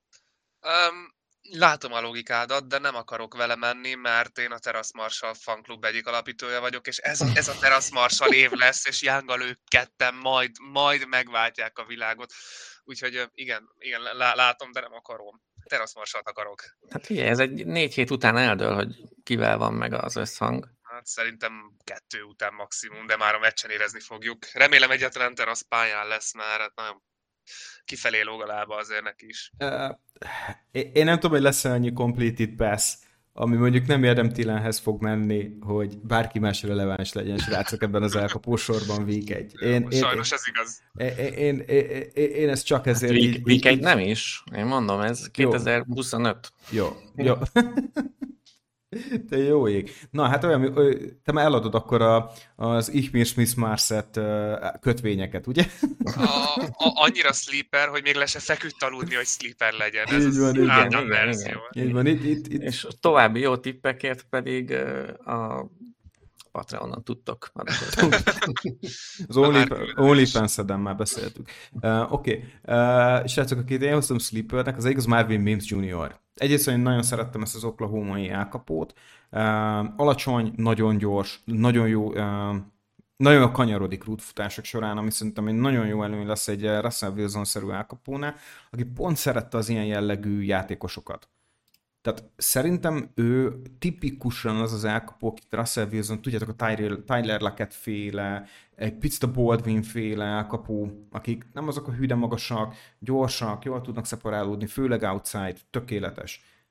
Látom a logikádat, de nem akarok vele menni, mert én a Terrace Marshall fanklub egyik alapítója vagyok, és ez a Terrace Marshall év lesz, és Younggal ők ketten majd megváltják a világot. Úgyhogy igen, látom, de nem akarom. Terrace Marshallt akarok. Hát ugye, ez egy 4 hét után eldől, hogy kivel van meg az összhang. Hát szerintem 2 után maximum, de már a meccsen érezni fogjuk. Remélem egyetlen Terrace pályán lesz már, hát nagyon kifelé lóg a lába azért neki is. Én nem tudom, hogy lesz annyi completed pass, ami mondjuk nem Adam Thielenhez fog menni, hogy bárki más releváns legyen, srácok, ebben az elkapó sorban week 1. Sajnos ez igaz. Én ezt csak ezért... Hát week 1 nem is, én mondom, ez 2025. Jó. Te jó ég. Na, hát olyan, te már eladod akkor az Ihmir Smith-Marsett kötvényeket, ugye? Annyira sleeper, hogy még le se feküdt aludni, hogy sleeper legyen. Ez így van, igen. Itt. És további jó tippekért pedig a Patreonon tudtok. Az OnlyFans-eden már beszéltük. Oké. Srácok, akit én hoztam sleepernek, az egyik az Marvin Mims Jr. Egyrészt én nagyon szerettem ezt az oklahomai elkapót. Alacsony, nagyon gyors, nagyon jó, nagyon jó kanyarodik rútfutások során, ami szerintem egy nagyon jó előny lesz egy Russell Wilson-szerű elkapónál, aki pont szerette az ilyen jellegű játékosokat. Tehát szerintem ő tipikusan az elkapó, akit Russell Wilson, tudjátok, a Tyler Lockett féle, egy picit a Baldwin féle elkapó, akik nem azok a hű, de magasak, gyorsak, jól tudnak szeparálódni, főleg outside, tökéletes.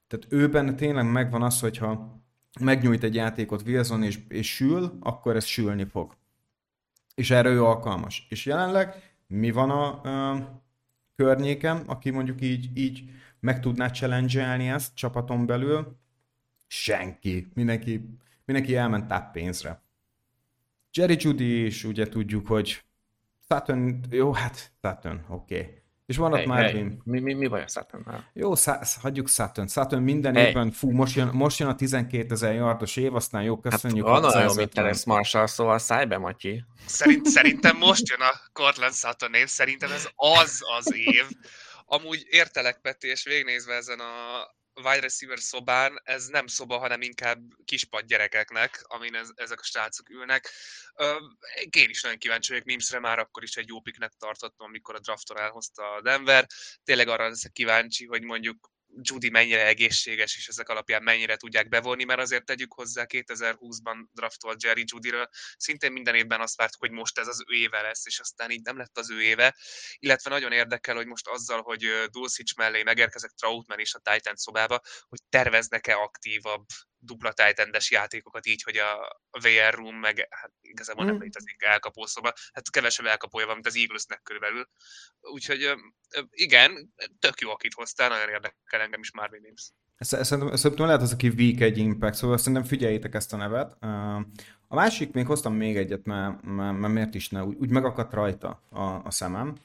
Tehát őben tényleg megvan az, hogyha megnyújt egy játékot Wilson és sül, akkor ez sülni fog. És erre ő alkalmas. És jelenleg mi van a környéken, aki mondjuk így meg tudná challenge-elni ezt csapaton belül? Senki. Mindenki elment táppénzre. Jerry Jeudy is ugye tudjuk, hogy Sutton, jó, hát Sutton, oké. Okay. És van ott Marvin. Mi baj a Suttonnal? Jó, hagyjuk Sutton. Sutton minden évben, most jön a 12 000 yardos év, aztán jó, köszönjük. Hát van olyan, mint Terence Marshall, szóval szállj be, Matyi. Szerintem most jön a Cortland Sutton év, szerintem ez az év. Amúgy értelek, Peti, és végignézve ezen a wide receiver szobán, ez nem szoba, hanem inkább kispad gyerekeknek, amin ezek a srácok ülnek. Én is nagyon kíváncsi vagyok Mimsre, már akkor is egy jó piknek tartottam, amikor a drafton elhozta a Denver. Tényleg arra leszek kíváncsi, hogy mondjuk Jeudy mennyire egészséges, és ezek alapján mennyire tudják bevonni, mert azért tegyük hozzá 2020-ban draftolt Jerry Jeudyről, szintén minden évben azt vártuk, hogy most ez az ő éve lesz, és aztán így nem lett az ő éve, illetve nagyon érdekel, hogy most azzal, hogy Dulcich mellé megérkezett Troutman is a Titan szobába, hogy terveznek-e aktívabb dupla tight-endes játékokat így, hogy a VR room meg hát igazából nem létezik elkapószoba, hát kevesebb elkapója van, mint az Eaglesnek körülbelül. Úgyhogy igen, tök jó, akit hoztál, nagyon érdekel engem is Marvin Mims. Szerintem lehet az, aki Week 1 Impact, szóval szerintem figyeljétek ezt a nevet. A másik, még hoztam még egyet, mert miért is ne, úgy megakadt rajta a szemem.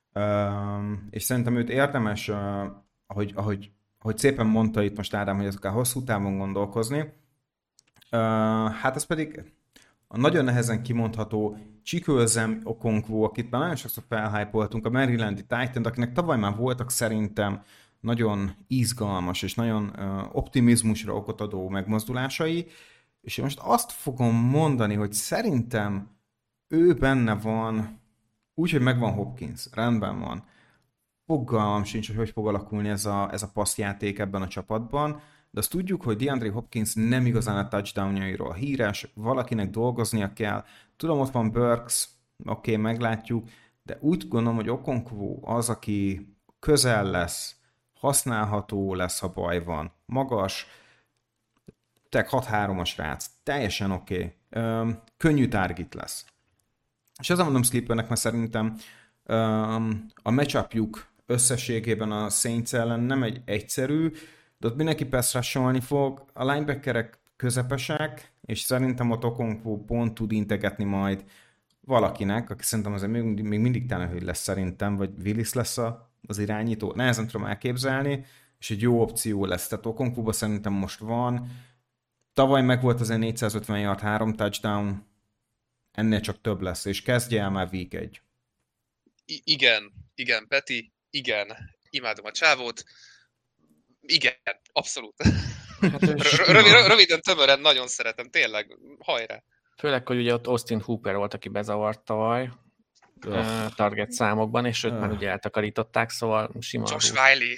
És szerintem őt érdemes, ahogy szépen mondta itt most Ádám, hogy ezekkel hosszú távon gondolkozni. Hát ez pedig a nagyon nehezen kimondható Chikwueze Okonkwo, akit már nagyon sokszor felhypoltunk, a Marylandi Titan, akinek tavaly már voltak szerintem nagyon izgalmas és nagyon optimizmusra okot adó megmozdulásai, és én most azt fogom mondani, hogy szerintem ő benne van, úgyhogy megvan Hopkins, rendben van. Fogalmam sincs, hogy fog alakulni ez a passzjáték ebben a csapatban, de azt tudjuk, hogy DeAndre Hopkins nem igazán a touchdownjairól híres, valakinek dolgoznia kell. Tudom, ott van Burks, oké, meglátjuk, de úgy gondolom, hogy Okonkwo az, aki közel lesz, használható lesz, ha baj van, magas, 6-3-as rác, teljesen oké. Könnyű target lesz. És ezzel mondom Sleepernek, mert szerintem a matchupjuk összességében a Saints ellen nem egy egyszerű, de ott mindenki pass rusholni fog, a linebackerek közepesek, és szerintem ott Okonkwo pont tud integetni majd valakinek, aki szerintem azért még mindig Tannehill lesz szerintem, vagy Willis lesz az irányító, nehezen tudom elképzelni, és egy jó opció lesz. Tehát Okonkwoba szerintem most van. Tavaly meg volt azért 450 yard, 3 touchdown, ennél csak több lesz, és kezdje el már Week 1. Igen, Peti, igen, imádom a csávót, igen, abszolút. Hát röviden, tömören, nagyon szeretem, tényleg, hajrá. Főleg, hogy ugye ott Austin Hooper volt, aki bezavart tavaly target számokban, és őt már ugye eltakarították, szóval sima Josh Wiley.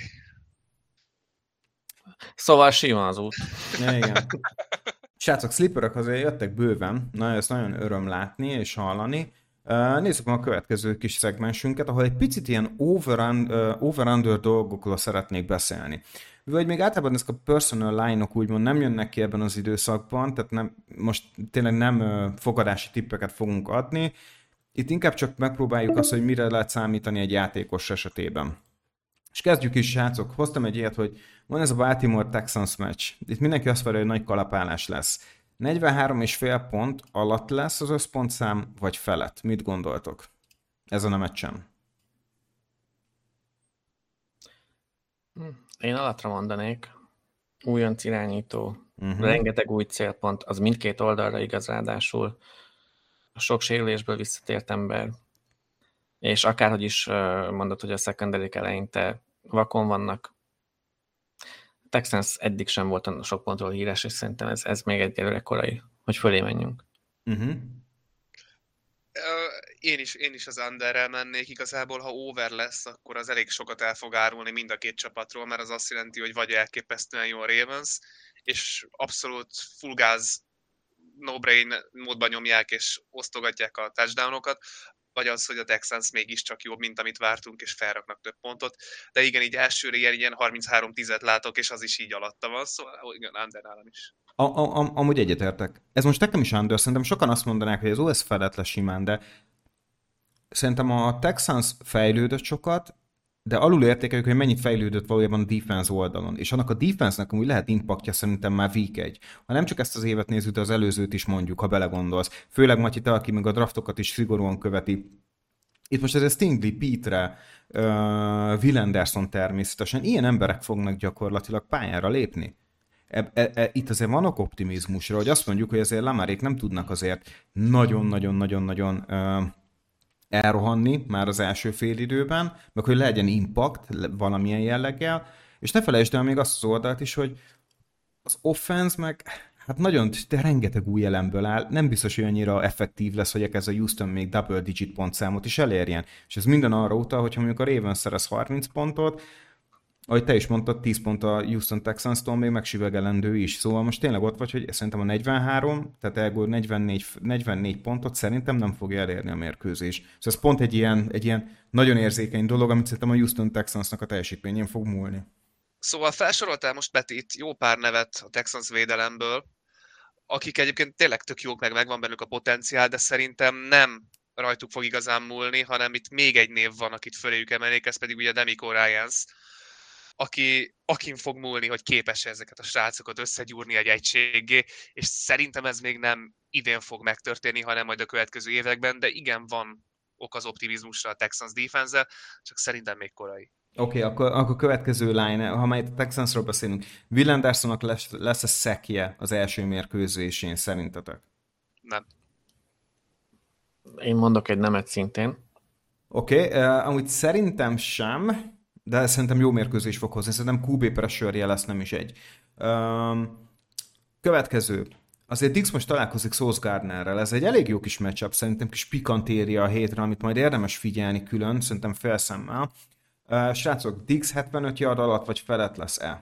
Szóval sima az út. Ja, igen. Srácok, Slipperök azért jöttek bőven, ezt nagyon öröm látni és hallani. Nézzük meg a következő kis szegmensünket, ahol egy picit ilyen over-under dolgokról szeretnék beszélni. Vagy még általában ezek a personal line-ok úgymond nem jönnek ki ebben az időszakban, tehát most tényleg nem fogadási tippeket fogunk adni. Itt inkább csak megpróbáljuk azt, hogy mire lehet számítani egy játékos esetében. És kezdjük is, srácok. Hoztam egy ilyet, hogy van ez a Baltimore Texans meccs. Itt mindenki azt várja, hogy nagy kalapálás lesz. 43,5 pont alatt lesz az összpontszám, vagy felett? Mit gondoltok ezen a meccsen? Én alatra mondanék. Újonc irányító, rengeteg új célpont, az mindkét oldalra igaz, ráadásul a sok sérülésből visszatért ember, és akárhogy is mondod, hogy a secondary eleinte vakon vannak. Texans eddig sem volt a sok pontról híres, és szerintem ez még egyelőre korai, hogy fölé menjünk. Én is az underrel mennék. Igazából, ha over lesz, akkor az elég sokat el fog árulni mind a két csapatról, mert az azt jelenti, hogy vagy elképesztően jó a Ravens, és abszolút full gáz, no-brain módban nyomják és osztogatják a touchdownokat, vagy az, hogy a Texans mégiscsak jobb, mint amit vártunk, és felraknak több pontot. De igen, így elsőre ilyen 33-10-et látok, és az is így alatta van, szóval igen, under nálam is. Amúgy egyetértek. Ez most nekem is under, szerintem sokan azt mondanák, hogy az OS felett lesz simán, de szerintem a Texans fejlődött sokat, de alul értékeljük, hogy mennyit fejlődött valójában a defense oldalon. És annak a defense-nek amúgy lehet impaktja szerintem már week 1. Ha nem csak ezt az évet nézzük, de az előzőt is mondjuk, ha belegondolsz. Főleg Matyi, te, aki meg a draftokat is szigorúan követi. Itt most ez Stingley, Petre, Will Anderson természetesen. Ilyen emberek fognak gyakorlatilag pályára lépni. Itt azért vannak optimizmusra, hogy azt mondjuk, hogy azért Lamarék nem tudnak azért nagyon-nagyon-nagyon-nagyon elrohanni már az első fél időben, meg hogy legyen impact valamilyen jelleggel, és ne felejtsd el még azt az oldalt is, hogy az offense meg hát nagyon, de rengeteg új elemből áll, nem biztos, hogy annyira effektív lesz, hogy ez a Houston még double digit pontszámot is elérjen. És ez minden arra utal, hogyha mondjuk a Ravens szerez 30 pontot, ahogy te is mondtad, 10 pont a Houston Texans-tól még megsüvegelendő is. Szóval most tényleg ott vagy, hogy szerintem a 43, tehát elgól 44 pontot szerintem nem fogja elérni a mérkőzés. Szóval ez pont egy ilyen nagyon érzékeny dolog, amit szerintem a Houston Texansnak a teljesítményén fog múlni. Szóval felsoroltál most, Peti, itt jó pár nevet a Texans védelemből, akik egyébként tényleg tök jók, meg megvan bennük a potenciál, de szerintem nem rajtuk fog igazán múlni, hanem itt még egy név van, akit föléjük emelnék, ez pedig ugye Demico Ryans, akin fog múlni, hogy képes ezeket a srácokat összegyúrni egy egységgé, és szerintem ez még nem idén fog megtörténni, hanem majd a következő években, de igen, van ok az optimizmusra a Texans defense-el, csak szerintem még korai. Oké, akkor következő line, ha majd a Texansról beszélünk, Will Andersonnak lesz-e szekje az első mérkőzésén szerintetek? Nem. Én mondok egy nemet szintén. Oké, amúgy szerintem sem, de szerintem jó mérkőzés fog hozni. Szerintem QB pressure-je lesz, nem is egy. Következő. Azért Dix most találkozik Sauce Gardnerrel. Ez egy elég jó kis matchup, szerintem kis pikantéria a hétre, amit majd érdemes figyelni külön, szerintem felszemmel. Srácok, Dix 75 yard alatt vagy felett lesz-e?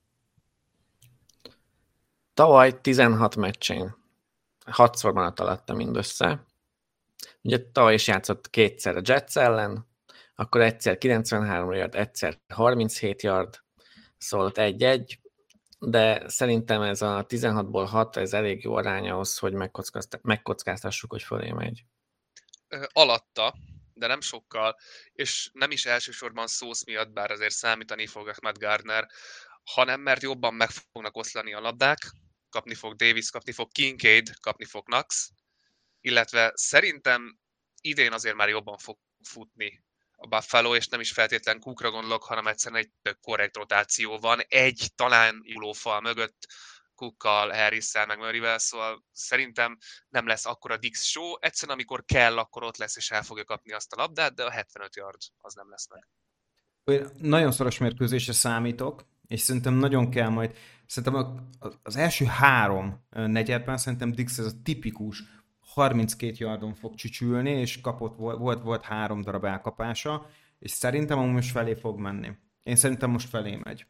Tavaly 16 meccsén 6-szor maradt alatta mindössze. Ugye tavaly is játszott kétszer a Jets ellen, akkor egyszer 93 yard, egyszer 37 yard, szóval 1-1, de szerintem ez a 16-ból 6, ez elég jó arány ahhoz, hogy megkockáztassuk, hogy fölé megy. Alatta, de nem sokkal, és nem is elsősorban Sauce miatt, bár azért számítani fog Ahmad Gardner, hanem mert jobban meg fognak oszlani a labdák, kapni fog Davis, kapni fog Kincaid, kapni fog Knox, illetve szerintem idén azért már jobban fog futni a Buffalo, és nem is feltétlen Cookra gondolok, hanem egyszerűen egy tök korrekt rotáció van, egy talán julófal mögött, Cookkal, Harris-szel, meg Murray-vel, szóval szerintem nem lesz akkora Dix show, egyszerűen amikor kell, akkor ott lesz, és el fogja kapni azt a labdát, de a 75 yard az nem lesz meg. Én nagyon szoros mérkőzésre számítok, és szerintem nagyon kell majd, szerintem az első 3 negyedben szerintem Dix ez a tipikus 32 yardon fog csücsülni, és volt 3 darab elkapása, és szerintem most felé fog menni. Én szerintem most felé megy.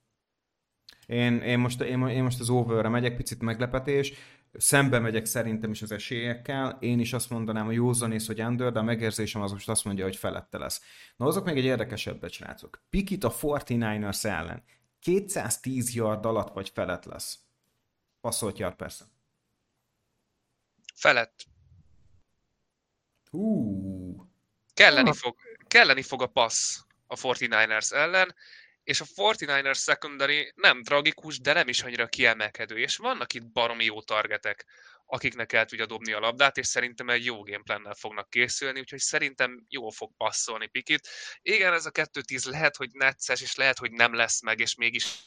Én most az overre megyek, picit meglepetés, szembe megyek szerintem is az esélyekkel, én is azt mondanám a józanész, hogy under, de a megérzésem az most azt mondja, hogy felette lesz. Na hozok még egy érdekesebbet, srácok. Pickett a 49ers ellen. 210 yard alatt vagy felett lesz. Passzolt yard persze. Felett. Kelleni fog a passz a 49ers ellen, és a 49ers secondary nem tragikus, de nem is annyira kiemelkedő, és vannak itt baromi jó targetek, akiknek el tudja dobni a labdát, és szerintem egy jó gameplannel fognak készülni, úgyhogy szerintem jól fog passzolni Pickett. Igen, ez a 2-10 lehet, hogy necces, és lehet, hogy nem lesz meg, és mégis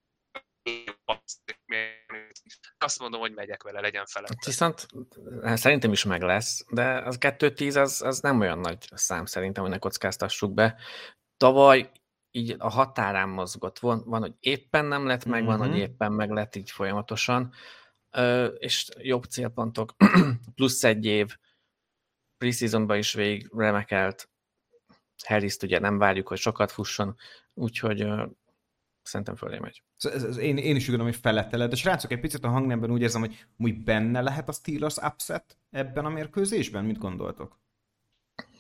azt mondom, hogy megyek vele, legyen felett. Viszont szerintem is meg lesz, de az 2-10 az nem olyan nagy szám szerintem, hogy ne kockáztassuk be. Tavaly így a határán mozgott. Van, hogy éppen nem lett meg, van, hogy éppen meg lett így folyamatosan. És jobb célpontok, plusz egy év, preseasonban is végig remekelt. Harris-t ugye nem várjuk, hogy sokat fusson, úgyhogy szerintem fölé megy. Én is úgy gondolom, hogy felette lett, de srácok, egy picit a hangnemben úgy érzem, hogy benne lehet a Steelers upset ebben a mérkőzésben? Mit gondoltok?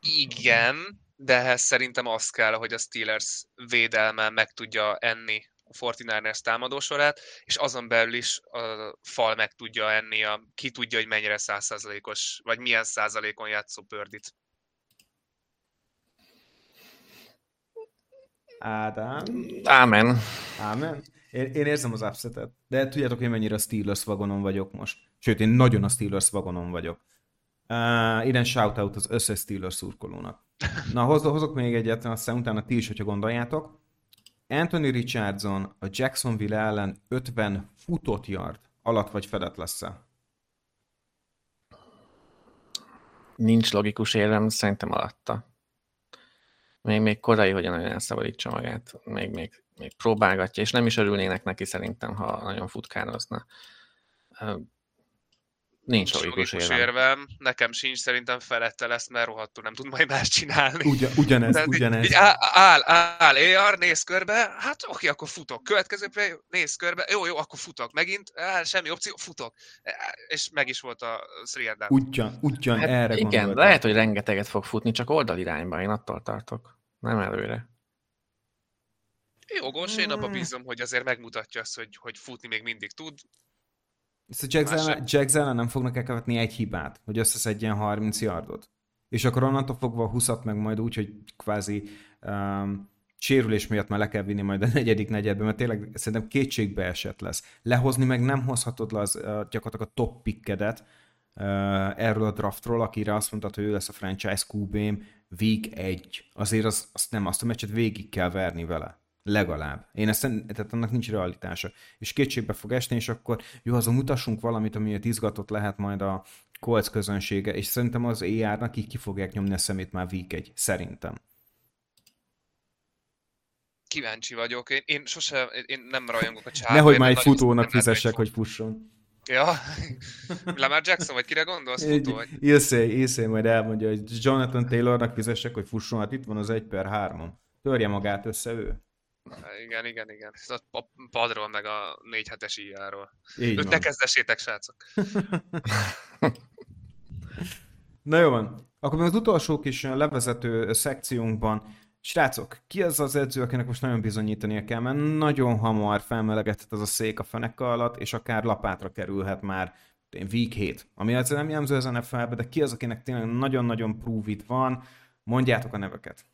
Igen, de ehhez szerintem az kell, hogy a Steelers védelme meg tudja enni a 49ers támadósorát, és azon belül is a fal meg tudja enni, ki tudja, hogy mennyire 100%-os, vagy milyen százalékon játszó Purdit. Ádám. Ámen. Ámen. Én érzem az upsetet, de tudjátok, hogy mennyire a Steelers vagonon vagyok most. Sőt, én nagyon a Steelers vagonon vagyok. Innen shoutout az összes Steelers szurkolónak. Na, hozok még egyet, aztán utána ti is, hogyha gondoljátok. Anthony Richardson a Jacksonville ellen 50 futott yard alatt vagy fedett lesz-e? Nincs logikus érem, szerintem alatta. Még korai, hogy nagyon elszabadítsa magát. Még próbálgatja, és nem is örülnének neki szerintem, ha nagyon futkározna. Nincs logikus érvem. Nekem sincs, szerintem felette lesz, mert rohadtul nem tud majd más csinálni. Ugyanez. Így áll, AR, néz körbe, hát oké, akkor futok. Következő play, néz körbe, jó, akkor futok. Megint, semmi opció, futok. És meg is volt a 3 Ugyan hát erre igen, gondoltam. Lehet, hogy rengeteget fog futni, csak oldalirányba, én attól tartok. Nem előre. Jogos, én abban bízom, hogy azért megmutatja azt, hogy futni még mindig tud. Ezt a Jack ellen nem fognak elkövetni egy hibát, hogy összeszedjen 30 yardot. És akkor onnantól fogva 20-at meg majd úgy, hogy kvázi sérülés miatt már le kell vinni majd a negyedik negyedben, mert tényleg szerintem kétségbe esett lesz. Lehozni meg nem hozhatod le gyakorlatilag a top pickedet erről a draftról, akire azt mondtad, hogy ő lesz a franchise QB-m week 1. Azért azt a meccset végig kell verni vele. Legalább. Tehát annak nincs realitása. És kétségbe fog esni, és akkor jó, azon mutassunk valamit, amiért izgatott lehet majd a Colts közönsége, és szerintem az AR-nak így ki fogják nyomni a szemét már week 1. Szerintem. Kíváncsi vagyok. Én nem rajongok a csávért. Nehogy már egy futónak fizessek, hogy fusson. Ja, Lamar Jackson, vagy kire gondolsz futó? Ilszé majd elmondja, hogy Jonathan Taylornak fizessek, hogy fusson, hát itt van az 1/3. Törje magát össze ő. Igen. A padról, meg a 4-7-es IR-ról. Őt ne kezdessétek, srácok. Na jó van. Akkor még az utolsó kis levezető szekciónkban, srácok, ki az az edző, akinek most nagyon bizonyítania kell, mert nagyon hamar felmelegedhet az a szék a feneke alatt, és akár lapátra kerülhet már week 7. Ami azért nem jellemző az NFL-be, de ki az, akinek tényleg nagyon-nagyon prove it van? Mondjátok a neveket.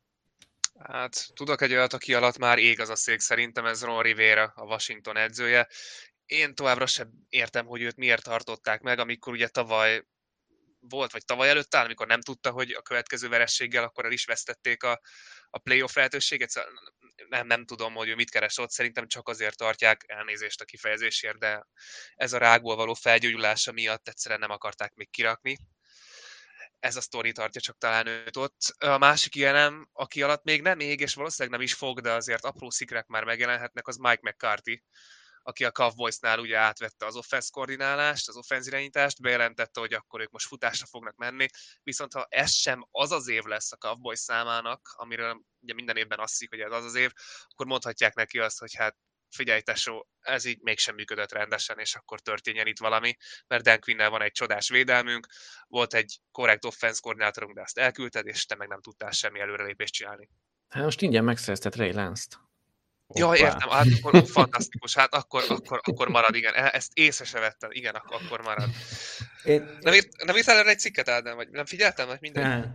Hát tudok egy olyat, aki alatt már ég az a szék, szerintem ez Ron Rivera, a Washington edzője. Én továbbra sem értem, hogy őt miért tartották meg, amikor ugye tavaly előtt áll, amikor nem tudta, hogy a következő verességgel akkor el is vesztették a playoff lehetőséget. Szóval nem tudom, hogy ő mit keres ott, szerintem csak azért tartják, elnézést a kifejezésért, de ez a rákból való felgyógyulása miatt egyszerűen nem akarták még kirakni. Ez a sztori tartja csak talán őt ott. A másik ilyenem, aki alatt még nem ég, és valószínűleg nem is fog, de azért apró szikrák már megjelenhetnek, az Mike McCarthy, aki a Cowboysnál ugye átvette az offense koordinálást, az offense irányítást, bejelentette, hogy akkor ők most futásra fognak menni, viszont ha ez sem az az év lesz a Cowboys számának, amiről ugye minden évben azt hiszik, hogy ez az az év, akkor mondhatják neki azt, hogy hát figyelj tesó, ez így mégsem működött rendesen, és akkor történjen itt valami, mert Dan Quinnel van egy csodás védelmünk, volt egy korrekt offense koordinátorunk, de azt elküldted, és te meg nem tudtál semmi előrelépést csinálni. Hát most ingyen megszerezted Trey Lance-t. Ja, értem, hát akkor fantasztikus, hát akkor marad, igen. Ezt észre se vettem, igen, akkor marad. Nem írtál erre egy cikket, Ádám, vagy nem figyeltem, vagy mindegy?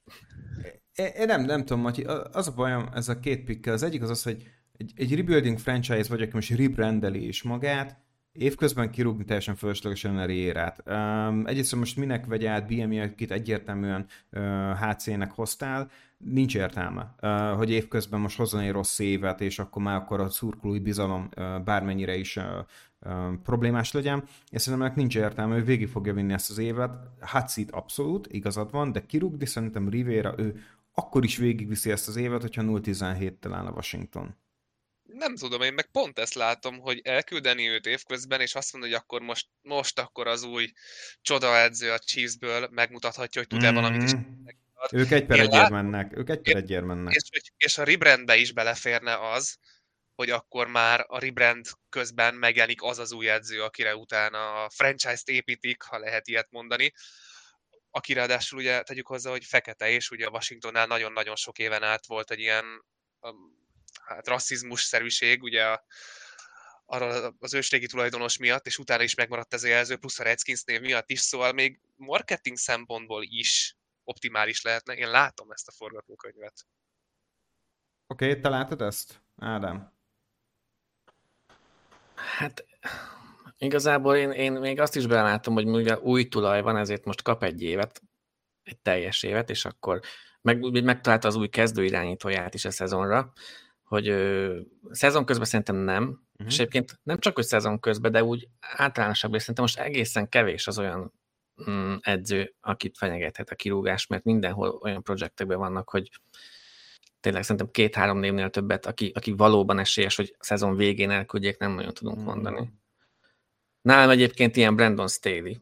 Én nem tudom, Matyi, az a bajom ez a két pikkel. Az egyik az, hogy egy rebuilding franchise vagy, aki most rebrandeli is magát, évközben kirúgni teljesen fölöslegesen a Rivérát. Egyrészt most minek vegy át BMI, akit egyértelműen HC-nek hoztál, nincs értelme, hogy évközben most hozzon egy rossz évet, és akkor már akkor a szurkolói bizalom bármennyire is problémás legyen. És szerintem ennek nincs értelme, ő végig fogja vinni ezt az évet. HC-t abszolút, igazad van, de kirúgni szerintem Rivera, ő akkor is végigviszi ezt az évet, hogyha 0-17-tel áll a Washington. Nem tudom, én meg pont ezt látom, hogy elküldeni őt évközben, és azt mondani, hogy akkor most akkor az új csodaedző a Chiefsből megmutathatja, hogy tud-e valamit is. Ők 1/1 mennek. És a rebrandbe is beleférne az, hogy akkor már a rebrand közben megjelenik az az új edző, akire utána a franchise-t építik, ha lehet ilyet mondani. aki ráadásul ugye tegyük hozzá, hogy fekete, és ugye a Washingtonnál nagyon-nagyon sok éven át volt egy ilyen hát rasszizmus-szerűség, ugye arra az ősrégi tulajdonos miatt, és utána is megmaradt ez a jelző, plusz a Redskins név miatt is, szóval még marketing szempontból is optimális lehetne. Én látom ezt a forgatókönyvet. Oké, te látod ezt, Ádám? Hát igazából én még azt is belátom, hogy mivel új tulaj van, ezért most kap egy évet, egy teljes évet, és akkor megtalálta az új kezdőirányítóját is a szezonra, hogy szezon közben szerintem nem, és egyébként nem csak, hogy szezon közben, de úgy általánosabban szerintem most egészen kevés az olyan edző, akit fenyegethet a kirúgás, mert mindenhol olyan projektekben vannak, hogy tényleg szerintem 2-3 névnél többet, aki valóban esélyes, hogy a szezon végén elküldjék, nem nagyon tudunk mondani. Nálam egyébként ilyen Brandon Staley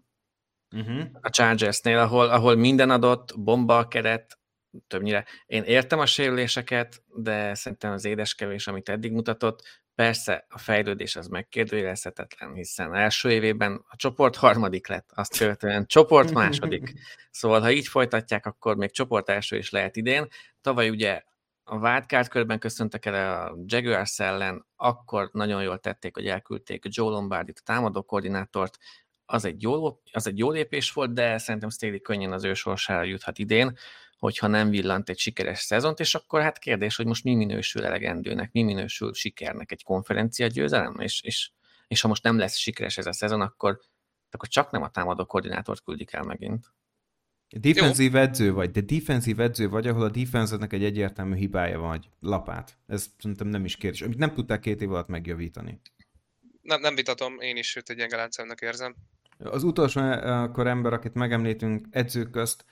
a Chargersnél, ahol minden adott, bomba a keret, többnyire. Én értem a sérüléseket, de szerintem az édeskevés, amit eddig mutatott, persze a fejlődés az megkérdőjelezhetetlen, hiszen első évében a csoport harmadik lett, azt követően csoport második. Szóval, ha így folytatják, akkor még csoport első is lehet idén. Tavaly ugye a wildcard körben köszöntek el a Jaguars ellen, akkor nagyon jól tették, hogy elküldték Joe Lombardit, a támadó koordinátort, az egy jó lépés volt, de szerintem Staley könnyen az ő sorsára juthat idén, hogyha nem villant egy sikeres szezont, és akkor hát kérdés, hogy most mi minősül elegendőnek, mi minősül sikernek, egy konferencia győzelem, és ha most nem lesz sikeres ez a szezon, akkor csak nem a támadó koordinátort küldik el megint. Defenzív edző vagy, de defenzív edző vagy, ahol a defense-nek egy egyértelmű hibája van, vagy lapát. Ez szerintem nem is kérdés, amit nem tudták 2 év alatt megjavítani. Nem vitatom, én is őt egy gyenge láncemnek érzem. Az utolsó akkor ember, akit megemlítünk edzők közt,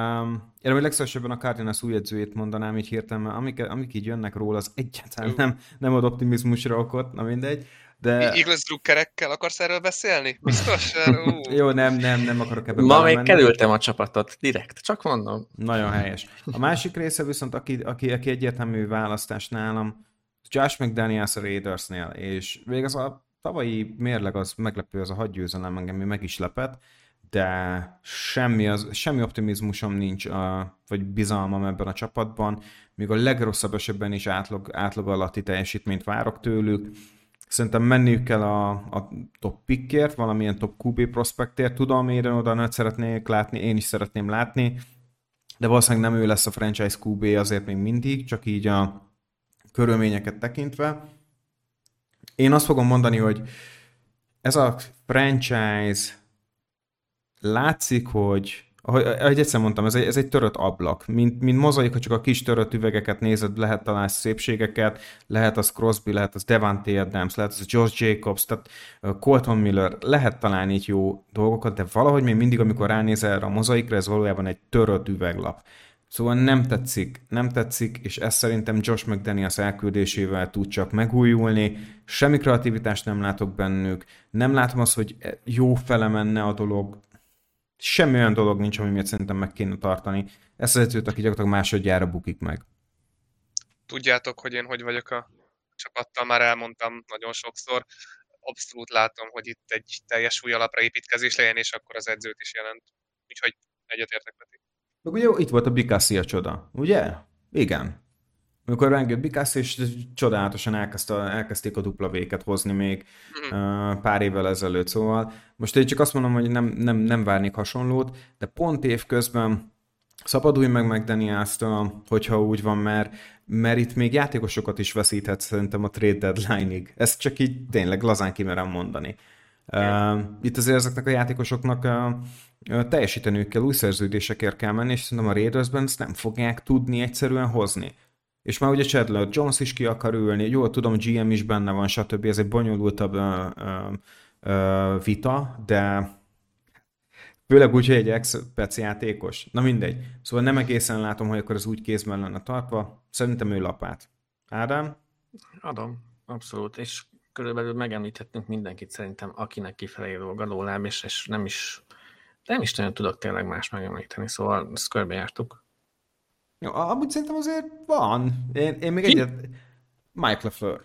én a legszívesebben a Cardinals új edzőjét mondanám így hirtelen, amik így jönnek róla, az egyáltalán nem ad optimizmusra okot, na mindegy. De... Eagles drukkerekkel akarsz erről beszélni? Biztos? Jó, nem akarok ebben Ma még kerültem a csapatot, direkt, csak mondom. Nagyon helyes. A másik része viszont, aki egyértelmű választás nálam, Josh McDaniels a Raidersnél, és még az a tavalyi mérleg az meglepő, az a 6 győzelem engem meg is lepett, de semmi optimizmusom nincs, vagy bizalmam ebben a csapatban, még a legrosszabb esetben is átlag alatti teljesítményt várok tőlük. Szerintem menniük kell a top pickért, valamilyen top QB prospektért. Tudom, én oda nem szeretnék látni, én is szeretném látni, de valószínűleg nem ő lesz a franchise QB azért még mindig, csak így a körülményeket tekintve. Én azt fogom mondani, hogy ez a franchise látszik, hogy ahogy egyszer mondtam, ez egy törött ablak. Mint mozaik, ha csak a kis törött üvegeket nézed, lehet találni szépségeket, lehet az Crosby, lehet az Devante Adams, lehet az Josh Jacobs, tehát Colton Miller, lehet találni így jó dolgokat, de valahogy még mindig, amikor ránézel erre a mozaikra, ez valójában egy törött üveglap. Szóval nem tetszik, és ez szerintem Josh McDaniels elküldésével tud csak megújulni. Semmi kreativitást nem látok bennük, nem látom azt, hogy jó fele menne a dolog. Semmi olyan dolog nincs, ami miatt szerintem meg kéne tartani. Ezt az edzőt, aki gyakorlatilag másodjára bukik meg. Tudjátok, hogy én hogy vagyok a csapattal, már elmondtam nagyon sokszor. Abszolút látom, hogy itt egy teljes új alapra építkezés legyen, és akkor az edzőt is jelent. Úgyhogy egyetértek, Peti. Meg ugye itt volt a Bikassi a csoda, ugye? Igen. Amikor megjött Bikassi, és csodálatosan elkezdték a W-ket hozni még pár évvel ezelőtt. Szóval most én csak azt mondom, hogy nem várnék hasonlót, de pont évközben szabadulj meg McDaniels-től, hogyha úgy van, mert itt még játékosokat is veszíthet szerintem a trade deadline-ig. Ezt csak így tényleg lazán kimerem mondani. Itt azért ezeknek a játékosoknak teljesíteniük kell, új szerződésekért kell menni, és szerintem a Raidersben ezt nem fogják tudni egyszerűen hozni. És már ugye Chandler Jones is ki akar ülni, jól tudom, GM is benne van, stb. Ez egy bonyolultabb vita, de főleg úgy, hogy egy ex-pec játékos. Na mindegy. Szóval nem egészen látom, hogy akkor az úgy kézben lenne tartva. Szerintem ő lapát. Ádám? Adom, abszolút. És körülbelül megemlíthetünk mindenkit szerintem, akinek kifelé dolg a lóláb, és nem is nagyon tudok tényleg más megemlíteni, szóval ezt körbejártuk. Jó, amúgy szerintem azért van. Én még egyet... Mike LaFleur.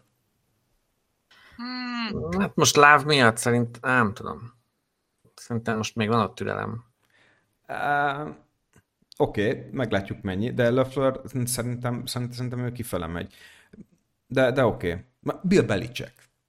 Hát most láv miatt nem tudom. Szerintem most még van ott türelem. Oké, meglátjuk mennyi, de LaFleur szerintem ő kifele megy. De oké. Bill Belichick.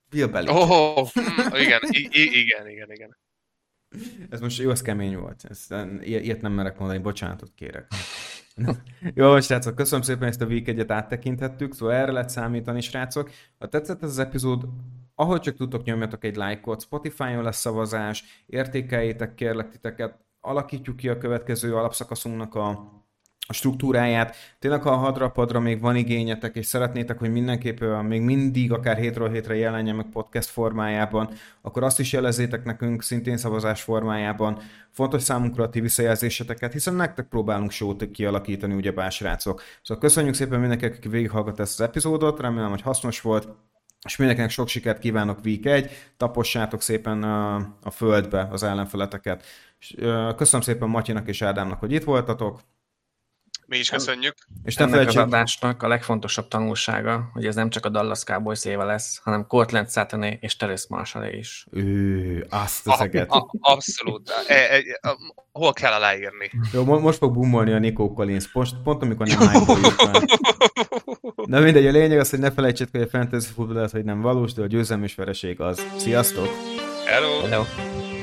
Igen. Ez most jó, ez kemény volt. Ilyet nem merek mondani, bocsánatot kérek. Jó, srácok, köszönöm szépen, ezt a Week 1-et áttekinthettük, szóval erre lehet számítani, srácok. Ha tetszett ez az epizód, ahogy csak tudtok, nyomjatok egy lájkot, Spotify-on lesz szavazás, értékeljétek, kérlek titeket, alakítjuk ki a következő alapszakaszunknak a struktúráját. Tényleg, ha a hadrapadra még van igényetek, és szeretnétek, hogy mindenképpen még mindig, akár hétről hétre jelenjen meg podcast formájában, akkor azt is jelezzétek nekünk szintén szavazás formájában. Fontos számunkra a ti visszajelzéseteket, hiszen nektek próbálunk show-t kialakítani, ugyebár srácok. Szóval köszönjük szépen mindenkinek, aki végighallgat ezt az epizódot, remélem, hogy hasznos volt, és mindenkinek sok sikert kívánok Week 1, tapossátok szépen a földbe az ellenfeleteket. Köszönöm szépen Matyinak és Ádámnak, hogy itt voltatok. Mi is köszönjük. És ennek az adásnak a legfontosabb tanulsága, hogy ez nem csak a Dallas Cowboys éve lesz, hanem Cortland Suttoné és Terrace Marshallé is. Azt eszeget. Abszolút. Hol kell aláírni? Jó, most fog boomolni a Nico Collins, pont amikor nem hype-oljuk már. Na mindegy, a lényeg az, hogy ne felejtsétek, hogy a fantasy football hogy nem valós, de a győzelem és vereség az. Sziasztok! Hello!